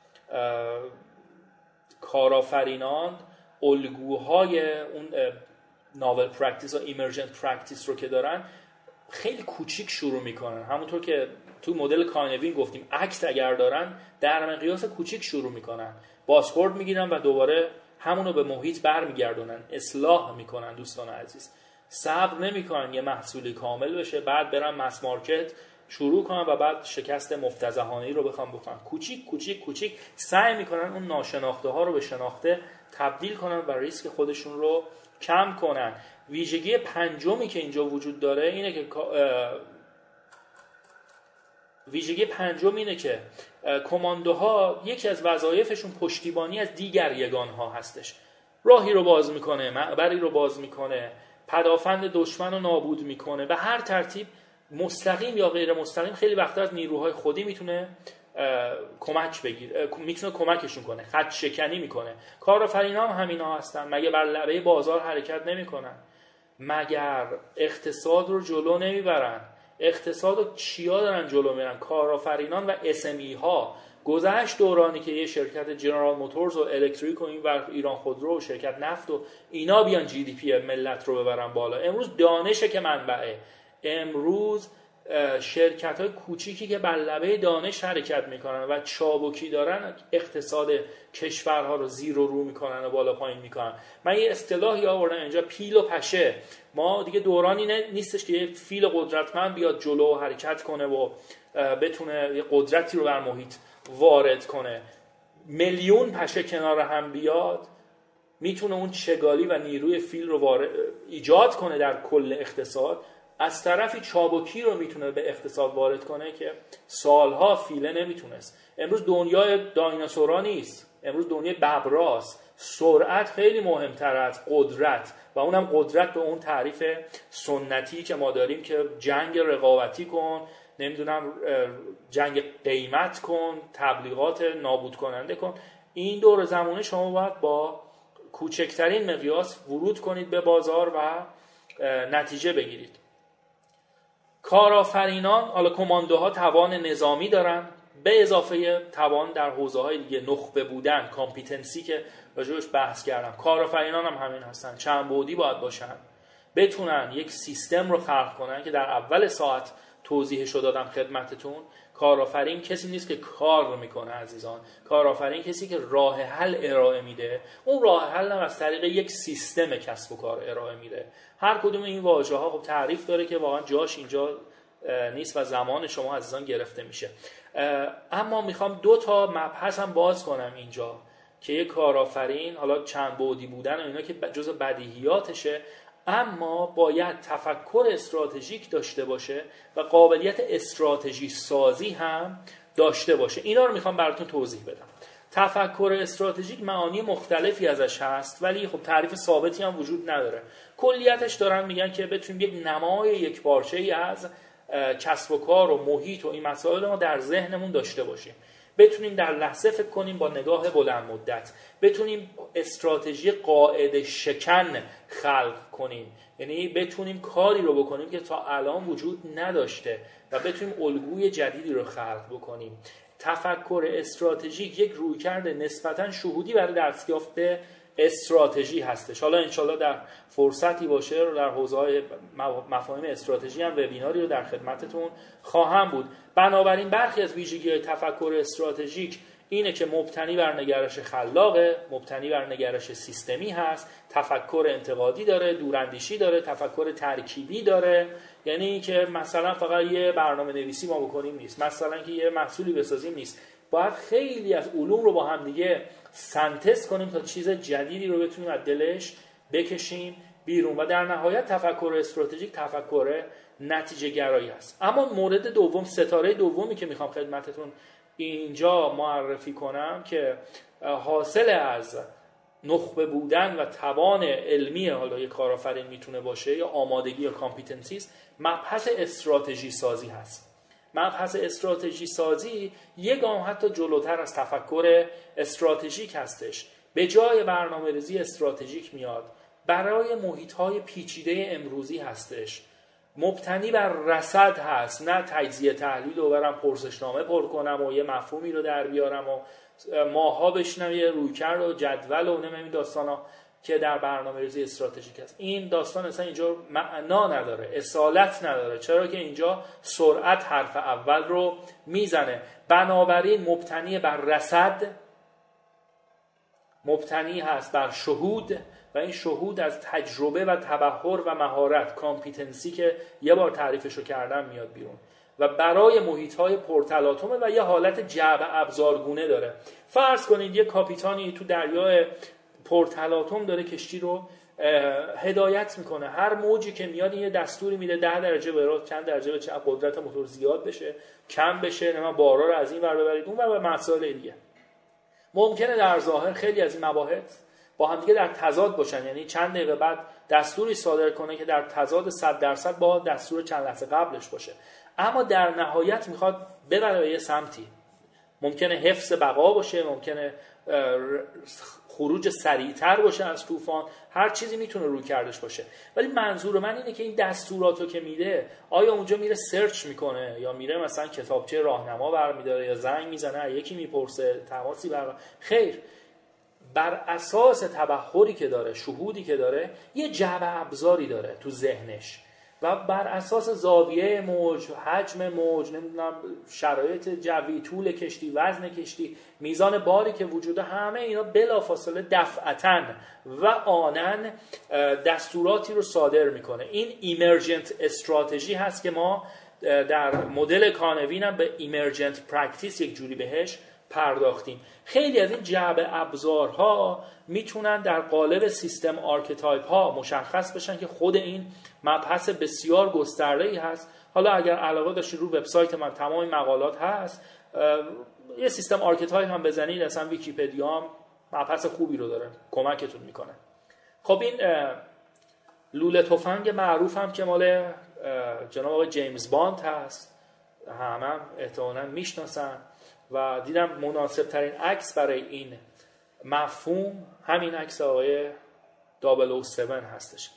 کارآفرینان الگوهای اون ناول پرکتیس و ایمرجنت پرکتیس رو که دارن خیلی کوچیک شروع میکنن. همونطور که تو مدل کانوین گفتیم، عکس اگر دارن در مقیاس کوچیک شروع میکنن، بازخورد میگیرن و دوباره همونو به محیط برمیگردونن، اصلاح میکنن. دوستان عزیز، صبر نمیکنن یه محصولی کامل بشه بعد برن مس مارکت شروع کنن و بعد شکست مفتضحانه‌ای رو بخوام بکنن. کوچیک کوچیک کوچیک سعی میکنن اون ناشناخته ها رو به شناخته تبدیل کنن و ریسک خودشون رو کم کنن. ویژگی پنجمی که اینجا وجود داره اینه که ویژگی پنجم اینه که کماندوها یکی از وظایفشون پشتیبانی از دیگر یگانها هستش. راهی رو باز میکنه، معبری رو باز میکنه، پدافند دشمن رو نابود میکنه. به هر ترتیب مستقیم یا غیر مستقیم خیلی وقتا از نیروهای خودی میتونه کمک بگیره، میتونه کمکشون کنه، خط شکنی میکنه. کارآفرینان هم همینا هستن. مگه بر لبه بازار حرکت نمیکنن؟ مگر اقتصاد رو جلو نمیبرن؟ اقتصاد رو چیا دارن جلو میرن؟ کارآفرینان و اس ام ای ها. گذشت دورانی که یه شرکت جنرال موتورز و الکتریک و این و ایران خودرو و شرکت نفت و اینا بیان جی دی پی ملت رو ببرن بالا. امروز دانشه که منبعه. امروز شرکت های کوچیکی که بر لبه دانش حرکت میکنن و چابکی دارن اقتصاد کشورها رو زیر و رو میکنن و بالا پایین میکنن. من یه اصطلاحی آوردم اینجا، پیل و پشه. ما دیگه دورانی نیستش که یه فیل قدرتمند بیاد جلو و حرکت کنه و بتونه یه قدرتی رو بر محیط وارد کنه. میلیون پشه کنار هم بیاد میتونه اون چگالی و نیروی فیل رو وارد ایجاد کنه در کل اقتصاد. از طرفی چابکی رو میتونه به اقتصاد وارد کنه که سالها فیله نمیتونست. امروز دنیای دایناسورا نیست، امروز دنیای ببراست. سرعت خیلی مهمتر از قدرت و اونم قدرت به اون تعریف سنتی که ما داریم که جنگ رقابتی کن، نمیدونم جنگ قیمت کن، تبلیغات نابود کننده کن. این دور زمانه شما باید با کوچکترین مقیاس ورود کنید به بازار و نتیجه بگیرید. کارآفرینان، حالا کماندوها توان نظامی دارن، به اضافه توان در حوزه‌های دیگه، نخبه بودن، کامپیتنسی که راجعش بحث کردم. کارآفرینان هم همین هستن، چند بعدی باید باشن، بتونن یک سیستم رو خلق کنن که در اول ساعت توضیحش رو دادم خدمتتون. کارآفرین کسی نیست که کار میکنه عزیزان، کارآفرین کسی که راه حل ارائه میده. اون راه حل هم از طریق یک سیستم کسب و کار ارائه میده. هر کدوم این واژه ها خب تعریف داره که واقعا جاش اینجا نیست و زمان شما عزیزان گرفته میشه. اما میخوام دو تا مبحث هم باز کنم اینجا که یک کارآفرین حالا چند بعدی بودن و اینا که جزء بدیهیاتشه، اما باید تفکر استراتژیک داشته باشه و قابلیت استراتژی سازی هم داشته باشه. اینا رو میخوام براتون توضیح بدم. تفکر استراتژیک معانی مختلفی ازش هست ولی خب تعریف ثابتی هم وجود نداره. کلیتش دارن میگن که بتونیم یک نمای یک پارچه‌ای از کسب و کار و محیط و این مسائل ما در ذهنمون داشته باشیم، بتونیم در لحظه فکر کنیم با نگاه بلند مدت، بتونیم استراتژی قاعده شکن خلق کنیم، یعنی بتونیم کاری رو بکنیم که تا الان وجود نداشته و بتونیم الگوی جدیدی رو خلق بکنیم. تفکر استراتژیک یک رویکرد نسبتاً شهودی برای دستیافت به استراتژی هستش. حالا انشالله در فرصتی باشه رو در حوزه‌های مفاهیم استراتژی هم وبیناری رو در خدمتتون خواهم بود. بنابراین برخی از ویژگی‌های تفکر استراتژیک اینه که مبتنی بر نگرش خلاقه، مبتنی بر نگرش سیستمی هست، تفکر انتقادی داره، دوراندیشی داره، تفکر ترکیبی داره. یعنی که مثلا فقط یه برنامه نویسی ما بکنیم نیست، مثلا که یه محصولی بسازیم نیست، باید خیلی از علوم رو با هم دیگه سنتز کنیم تا چیز جدیدی رو بتونیم از دلش بکشیم بیرون. و در نهایت تفکر استراتژیک تفکر نتیجه گرایی است. اما مورد دوم، ستاره دومی که میخوام خدمتتون اینجا معرفی کنم که حاصل از نخبه بودن و توان علمی حالا یک کارآفرین میتونه باشه یا آمادگی یا کامپیتنسی است، مبحث استراتژی سازی هست. مبحث استراتژی سازی یک گام حتی جلوتر از تفکر استراتژیک هستش. به جای برنامه‌ریزی استراتژیک میاد، برای محیط‌های پیچیده امروزی هستش، مبتنی بر رصد هست، نه تجزیه تحلیل رو برم پرسشنامه پر کنم و یه مفهومی رو در بیارم و ماها بشنم یه رویکرد و جدول و نمیدونم این داستانا که در برنامه‌ریزی استراتژیک هست. این داستان اصلا اینجا معنا نداره، اصالت نداره، چرا که اینجا سرعت حرف اول رو میزنه. بنابراین مبتنی بر رصد، مبتنی هست بر شهود و این شهود از تجربه و تبحر و مهارت، کامپیتنسی که یه بار تعریفشو کردم میاد بیرون و برای محیط‌های پرتلاطمه و یه حالت جعبه ابزارگونه داره. فرض کنید یه کاپیتانی تو دریای پرتلاطم داره کشتی رو هدایت میکنه، هر موجی که میاد یه دستوری میده ده درجه به چند درجه به چند قدرت موتور زیاد بشه، کم بشه، نه من بارا رو از این ور ببرید اون ور و مسائل دیگه. ممکنه در ظاهر خیلی از این مباحث با هم دیگه در تضاد باشن، یعنی چند دقیقه بعد دستوری صادر کنه که در تضاد صد درصد با دستور چند لحظه قبلش باشه، اما در نهایت میخواد ببره به یه سمتی. ممکنه حفظ بقا باشه، ممکنه خروج سریعتر باشه از طوفان، هر چیزی میتونه روی کردش باشه. ولی منظور من اینه که این دستوراتو که میده، آیا اونجا میره سرچ میکنه یا میره مثلا کتابچه راهنما برمیداره یا زنگ میزنه یکی میپرسه تماسی بر خیر، بر اساس تبحری که داره، شهودی که داره، یه جعبه ابزاری داره تو ذهنش و بر اساس زاویه موج، حجم موج، نمیدونم شرایط جوی، طول کشتی، وزن کشتی، میزان باری که وجوده، همه اینا بلافاصله دفعتاً و آنن دستوراتی رو صادر میکنه. این ایمرجنت استراتژی هست که ما در مدل کانوین هم به ایمرجنت پرکتیس یک جوری بهش پرداختیم. خیلی از این جعبه ابزارها میتونن در قالب سیستم آرکیتایپ ها مشخص بشن که خود این مبحث بسیار گسترده‌ای هست. حالا اگر علاقه داشتید رو وبسایت من تمام مقالات هست، یه سیستم آرکیتایپ هم بزنید، اصلا ویکی‌پدیا هم مبحث خوبی رو داره، کمکتون میکنه. خب این لوله تفنگ معروف هم که مال جناب آقای جیمز باند هست، همه هم احتمالاً میشناسن و دیدم مناسب ترین عکس برای این مفهوم همین عکس آقای دابل او هفت هستش.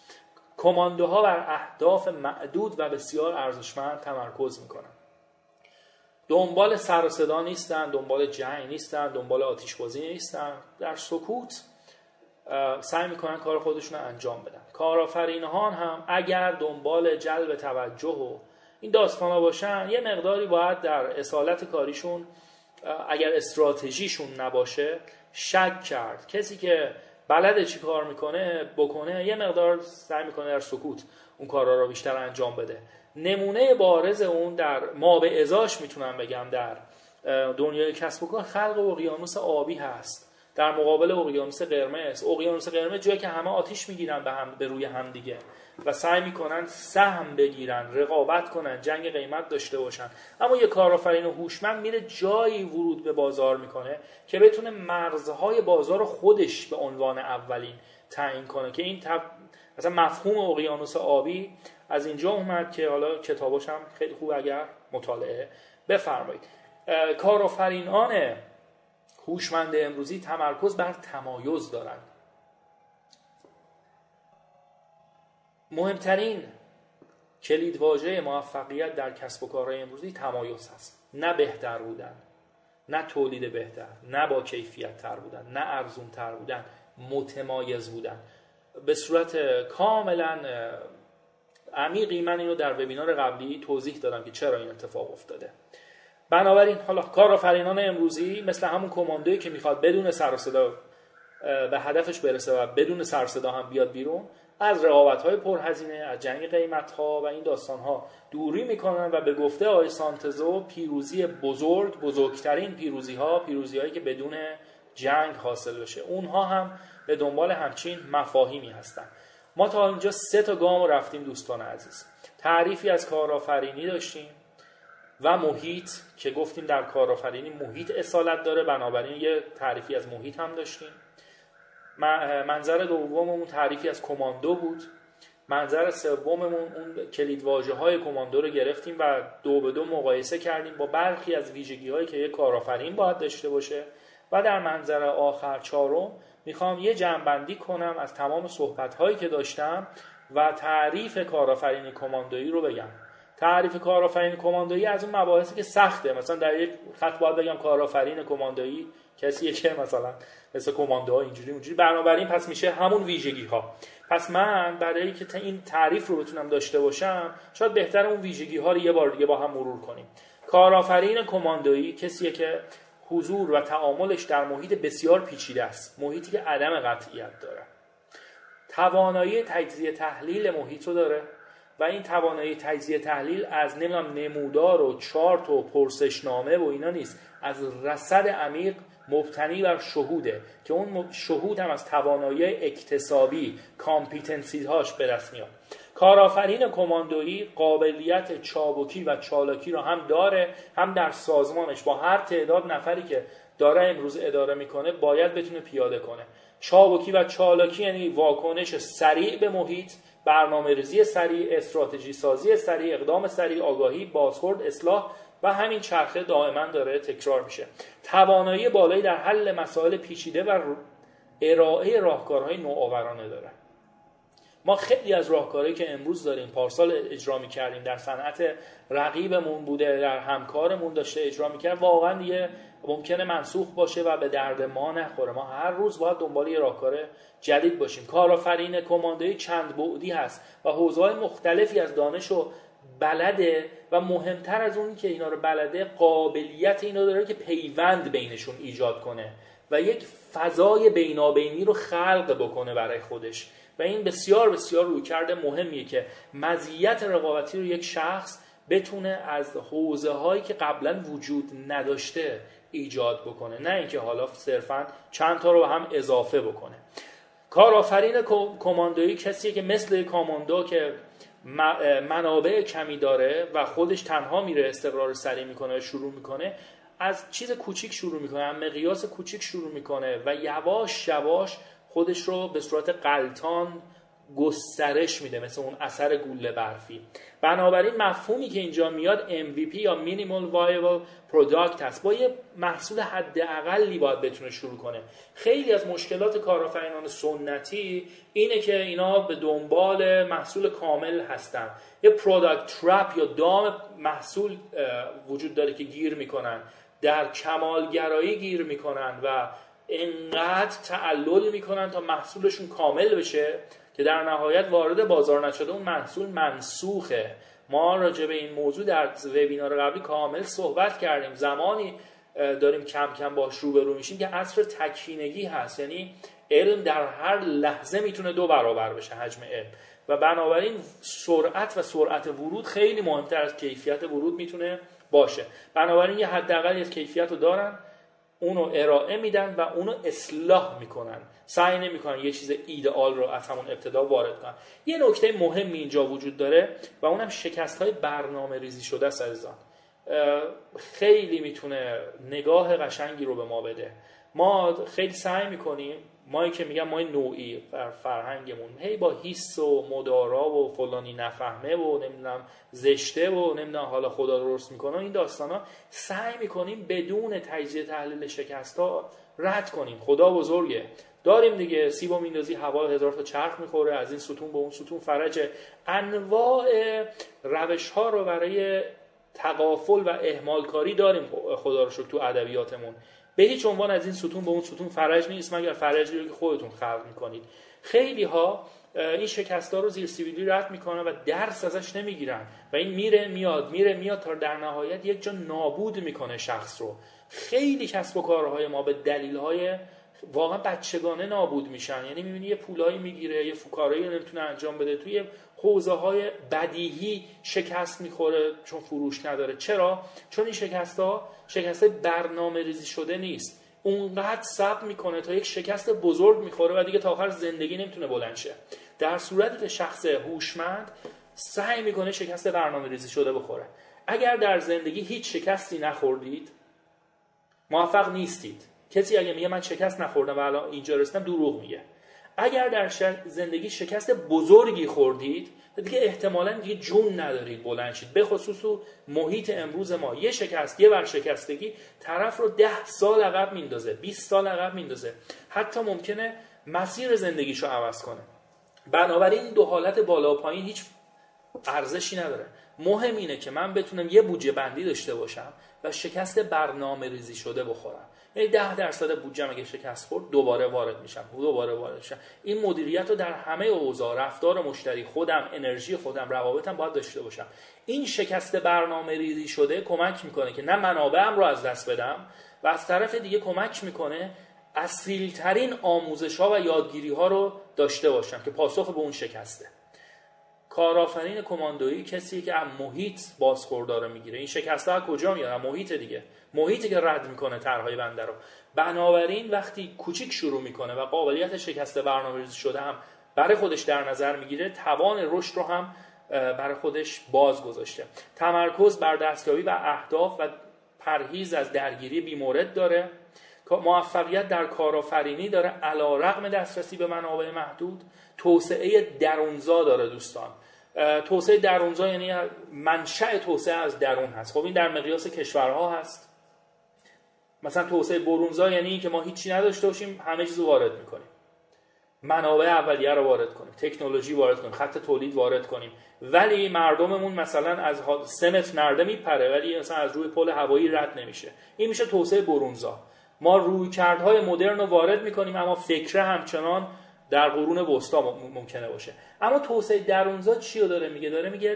کماندوها بر اهداف معدود و بسیار ارزشمند تمرکز میکنن. دنبال سر و صدا نیستن، دنبال جنگ نیستن، دنبال آتش‌بازی نیستن، در سکوت سعی میکنن کار خودشون رو انجام بدن. کارآفرینان هم اگر دنبال جلب توجه و این داستانا باشن، یه مقداری باید در اصالت کاریشون اگر استراتژیشون نباشه شک کرد. کسی که بلده چی کار میکنه بکنه، یه مقدار سعی میکنه در سکوت اون کارا رو بیشتر انجام بده. نمونه بارز اون در ما به ازاش میتونم بگم در دنیای کسب و کار خلق اقیانوس آبی هست در مقابل اقیانوس قرمز. اقیانوس قرمز جایی که همه آتیش میگیرن به هم به روی هم دیگه و سعی میکنن سهم بگیرن، رقابت کنن، جنگ قیمت داشته باشن. اما یه کارآفرین هوشمند میره جایی ورود به بازار میکنه که بتونه مرزهای بازار خودش به عنوان اولین تعیین کنه، که این تب... مثلا مفهوم اقیانوس آبی از اینجا اومد که حالا کتاباش هم خیلی خوب اگر مطالعه بفرمایید. کارآفرینان هوشمند امروزی تمرکز بر تمایز دارند. مهمترین کلیدواژه موفقیت در کسب و کارهای امروزی تمایز هست. نه بهتر بودن، نه تولید بهتر، نه با کیفیت تر بودن، نه ارزون تر بودن، متمایز بودن. به صورت کاملا عمیقی من اینو در وبینار قبلی توضیح دادم که چرا این اتفاق افتاده. بنابراین حالا کارآفرینان امروزی مثل همون کماندویی که میخواد بدون سر و صدا به هدفش برسه و بدون سر و صدا هم بیاد بیرون، از رقابت‌های پرهزینه، از جنگ قیمت‌ها و این داستان‌ها دوری میکنن و به گفته آقای سانتزو پیروزی بزرگ، بزرگترین پیروزی‌ها، پیروزی‌هایی که بدون جنگ حاصل بشه، اونها هم به دنبال همچین مفاهیمی هستن. ما تا اینجا سه تا گام رفتیم دوستان عزیز. تعریفی از کارآفرینی داشتیم و محیط که گفتیم در کارآفرینی محیط اصالت داره، بنابراین یه تعریفی از محیط هم داشتیم. منظر دوممون تعریفی از کماندو بود. منظر سوممون اون کلیدواژه‌های کماندو رو گرفتیم و دو به دو مقایسه کردیم با برخی از ویژگی‌هایی که یک کارآفرین باید داشته باشه. و در منظر آخر چهارم میخوام یه جمع‌بندی کنم از تمام صحبت‌هایی که داشتم و تعریف کارآفرین کماندویی رو بگم. تعریف کارآفرین کماندویی از اون مباحثی که سخته. مثلا در یک خط باید بگم کارآفرین کماندویی کسیه که مثلا مثل کماندوها اینجوری اونجوری، بنابراین پس میشه همون ویژگی ها. پس من برای که این تعریف رو بتونم داشته باشم شاید بهتر اون ویژگی ها رو یه بار دیگه با هم مرور کنیم. کارآفرین کماندویی کسیه که حضور و تعاملش در محیط بسیار پیچیده است، محیطی که عدم قطعیت داره، توانایی تجزیه تحلیل محیط رو داره و این توانایی تجزیه تحلیل از نمیدونم نمودار و چارت و پرسشنامه و اینا نیست، از رصد عمیق مبتنی بر شهوده که اون شهود هم از توانایی اکتسابی کامپیتنسی هاش به دست میاد. کارآفرین کماندویی قابلیت چابکی و چالاکی رو هم داره، هم در سازمانش با هر تعداد نفری که داره امروز اداره میکنه باید بتونه پیاده کنه. چابکی و چالاکی یعنی واکنش سریع به محیط، برنامه‌ریزی سریع، استراتژی سازی سریع، اقدام سریع، آگاهی، بازخورد، اصلاح و همین چرخه دائما داره تکرار میشه. توانایی بالایی در حل مسائل پیچیده و ارائه راهکارهای نوآورانه داره. ما خیلی از راهکارهایی که امروز داریم پارسال اجرا می‌کردیم در صنعت رقیبمون بوده، در همکارمون داشته اجرا می‌کرد، واقعا دیگه ممکنه منسوخ باشه و به درد ما نخوره. ما هر روز باید دنبال یه راهکار جدید باشیم. کارآفرین کماندویی چند بعدی هست و حوزه‌های مختلفی از دانش و بلده و مهمتر از اون که اینا رو بلده قابلیت اینا داره که پیوند بینشون ایجاد کنه و یک فضای بینابینی رو خلق بکنه برای خودش و این بسیار بسیار رویکرد مهمیه که مزیت رقابتی رو یک شخص بتونه از حوزه هایی که قبلا وجود نداشته ایجاد بکنه، نه اینکه حالا صرفا چند تا رو هم اضافه بکنه. کارآفرین کماندویی کسیه که مثل کاماندو که منابع کمی داره و خودش تنها میره استقرار سریع میکنه و شروع میکنه، از چیز کوچیک شروع میکنه، از مقیاس کوچیک شروع میکنه و یواش یواش خودش رو به صورت غلطان گسترش میده، مثل اون اثر گوله برفی. بنابراین مفهومی که اینجا میاد ام وی پی یا Minimal Viable Product هست. با یه محصول حداقلی باید بتونه شروع کنه. خیلی از مشکلات کارآفرینان سنتی اینه که اینا به دنبال محصول کامل هستن. یه پروداکت ترپ یا دام محصول وجود داره که گیر میکنن، در کمالگرایی گیر میکنن و انقدر تعلل میکنن تا محصولشون کامل بشه که در نهایت وارد بازار نشده اون محصول منسوخه. ما راجع به این موضوع در وبینار قبلی کامل صحبت کردیم. زمانی داریم کم کم باش روبرو میشیم که عصر تکینگی هست، یعنی علم در هر لحظه میتونه دو برابر بشه حجم علم و بنابراین سرعت و سرعت ورود خیلی مهمتر از کیفیت ورود میتونه باشه. بنابراین یه حداقلی از کیفیت رو دارن، اونو ارائه میدن و اونو اصلاح میکنن، سعی نمیکنن یه چیز ایدئال رو از همون ابتدا وارد کنن. یه نکته مهمی اینجا وجود داره و اونم شکست‌های برنامه ریزی شده است عزیزان. خیلی میتونه نگاه قشنگی رو به ما بده. ما خیلی سعی میکنیم، مایی که میگم ما نوعی بر فرهنگمون هی با حس و مدارا و فلانی نفهمه و نمیدونم زشته و نمیدونم حالا خدا درست میکنه این داستانا، سعی میکنیم بدون تجزیه تحلیل شکستا رد کنیم. خدا بزرگه، داریم دیگه، سیب و میندازی هوا هزار تا چرخ میخوره، از این ستون به اون ستون فرجه. انواع روش ها رو برای تغافل و اهمال کاری داریم خدا رو شکر تو ادبیاتمون. به هیچ عنوان از این ستون به اون ستون فرج نیست مگر فرجی رو که خودتون خلق میکنید. خیلی ها این شکست‌ها رو زیر سیبیلی رد میکنن و درس ازش نمیگیرن و این میره میاد میره میاد تا در نهایت یک جا نابود میکنه شخص رو. خیلی کسب و کارهای ما به دلیل‌های واقعا بچگانه نابود میشن. یعنی میبینی یه پولایی میگیره، یه کارایی نمیتونه انجام بده، توی حوزه‌های بدیهی شکست میخوره چون فروش نداره. چرا؟ چون این شکست‌ها شکست برنامه ریزی شده نیست. اونقدر صبر میکنه تا یک شکست بزرگ میخوره و دیگه تا آخر زندگی نمیتونه بلند شه. در صورتی که شخص هوشمند سعی میکنه شکست برنامه ریزی شده بخوره. اگر در زندگی هیچ شکستی نخوردید موفق نیستید. کسی اگه میگه من شکست نخوردم و الان اینجا رسیدم دروغ میگه. اگر در زندگی شکست بزرگی خوردید دیگه احتمالاً دیگه جون ندارید بلند شید. به خصوص تو محیط امروز ما یه شکست، یه ورشکستگی طرف رو ده سال عقب میندازه، بیست سال عقب میندازه، حتی ممکنه مسیر زندگیشو عوض کنه. بنابراین این دو حالت بالا و پایین هیچ ارزشی نداره. مهم اینه که من بتونم یه بودجه بندی داشته باشم و شکست برنامه ریزی شده بخورم. یعنی ده درصد بودجه اگه شکست خورد دوباره وارد میشم، دوباره وارد میشم. این مدیریت رو در همه اوضاع، رفتار مشتری، خودم، انرژی خودم، روابطم باید داشته باشم. این شکست برنامه ریزی شده کمک میکنه که نه منابعم رو از دست بدم و از طرف دیگه کمک میکنه اصیل‌ترین آموزش‌ها و یادگیری‌ها رو داشته باشم که پاسخ به اون شکسته. کارآفرین کماندویی کسی که از محیط بازخورداره میگیره. این شکست‌ها از کجا میاد؟ محیط دیگه. محیطی که رد میکنه طرح‌های بنده رو. بنابراین وقتی کوچیک شروع میکنه و قابلیت شکست برنامه‌ریزی شده هم برای خودش در نظر میگیره، توان رشد رو هم برای خودش باز گذاشته. تمرکز بر دستیابی و اهداف و پرهیز از درگیری بی‌مورد داره. موفقیت در کارآفرینی داره علی‌رغم دسترسی به منابع محدود. توسعه درونزا داره دوستان. توسعه درونزا یعنی منشأ توسعه از درون هست. خب این در مقیاس کشورها هست. مثلا توسعه برونزا یعنی این که ما هیچی نداشته باشیم همه چیزو وارد میکنیم. منابع اولیه رو وارد کنیم، تکنولوژی وارد کنیم، خط تولید وارد کنیم، ولی مردممون مثلا از سه متر نرده میپره ولی مثلا از روی پل هوایی رد نمیشه. این میشه توسعه برونزا. ما رویکردهای مدرن رو وارد میکنیم اما فکر همچنان در قرون وسطا ممکنه باشه. اما توسعه درونزا چی رو داره میگه؟ داره میگه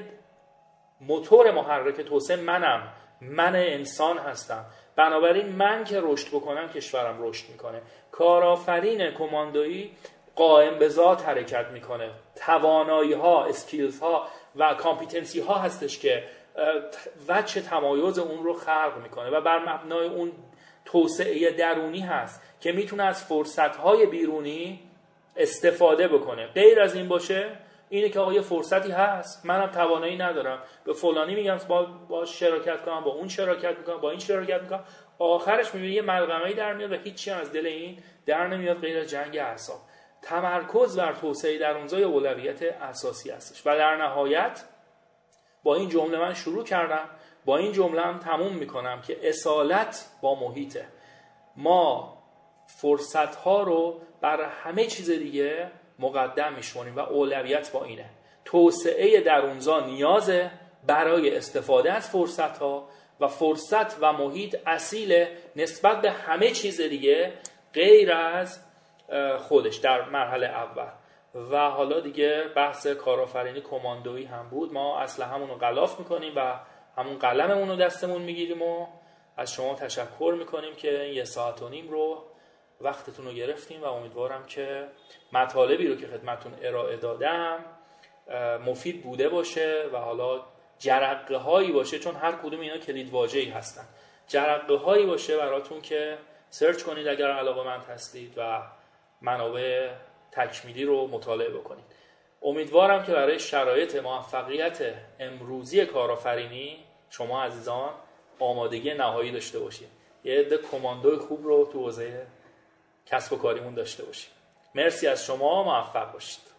موتور محرک توسعه منم، من انسان هستم. بنابراین من که رشد بکنم کشورم رشد میکنه. کارآفرین کماندویی قائم به ذات حرکت میکنه. توانایی ها، اسکیلز ها و کامپیتنسی ها هستش که وجه تمایز اون رو خلق میکنه و بر مبنای اون توسعه درونی هست که میتونه از فرصت های بیرونی استفاده بکنه. غیر از این باشه اینه که آقا یه فرصتی هست منم توانایی ندارم، به فلانی میگم با با شراکت کنم، با اون شراکت میکنم، با این شراکت میکنم، آخرش میبینی یه ملغمه‌ای در میاد و هیچی از دل این در نمیاد غیر از جنگ اعصاب. تمرکز بر توسعه درونزا یه اولویت اساسی هستش. و در نهایت با این جمله من شروع کردم، با این جمله هم تموم میکنم که اصالت با محیطه. ما فرصتها رو بر همه چیز دیگه مقدم میشونیم و اولویت با اینه. توسعه درونزا نیازه برای استفاده از فرصتها و فرصت و محیط اصیل نسبت به همه چیز دیگه غیر از خودش در مرحله اول. و حالا دیگه بحث کارآفرینی کماندویی هم بود. ما اصلا همون رو غلاف میکنیم و همون قلممون رو دستمون میگیریم و از شما تشکر میکنیم که یه ساعت و نیم رو وقتتون رو گرفتیم و امیدوارم که مطالبی رو که خدمتون ارائه دادم مفید بوده باشه و حالا جرقه هایی باشه، چون هر کدوم اینا کلید واژه‌ای هستن، جرقه هایی باشه براتون که سرچ کنید اگر علاقه‌مند هستید و منابع تکمیلی رو مطالعه بکنید. امیدوارم که برای شرایط موفقیت امروزی کارآفرینی شما عزیزان آمادگی نهایی داشته باشید. یه عده کماندوی خوب رو تو حوزه کسب و کاریمون داشته باشید. مرسی از شما، موفق باشید.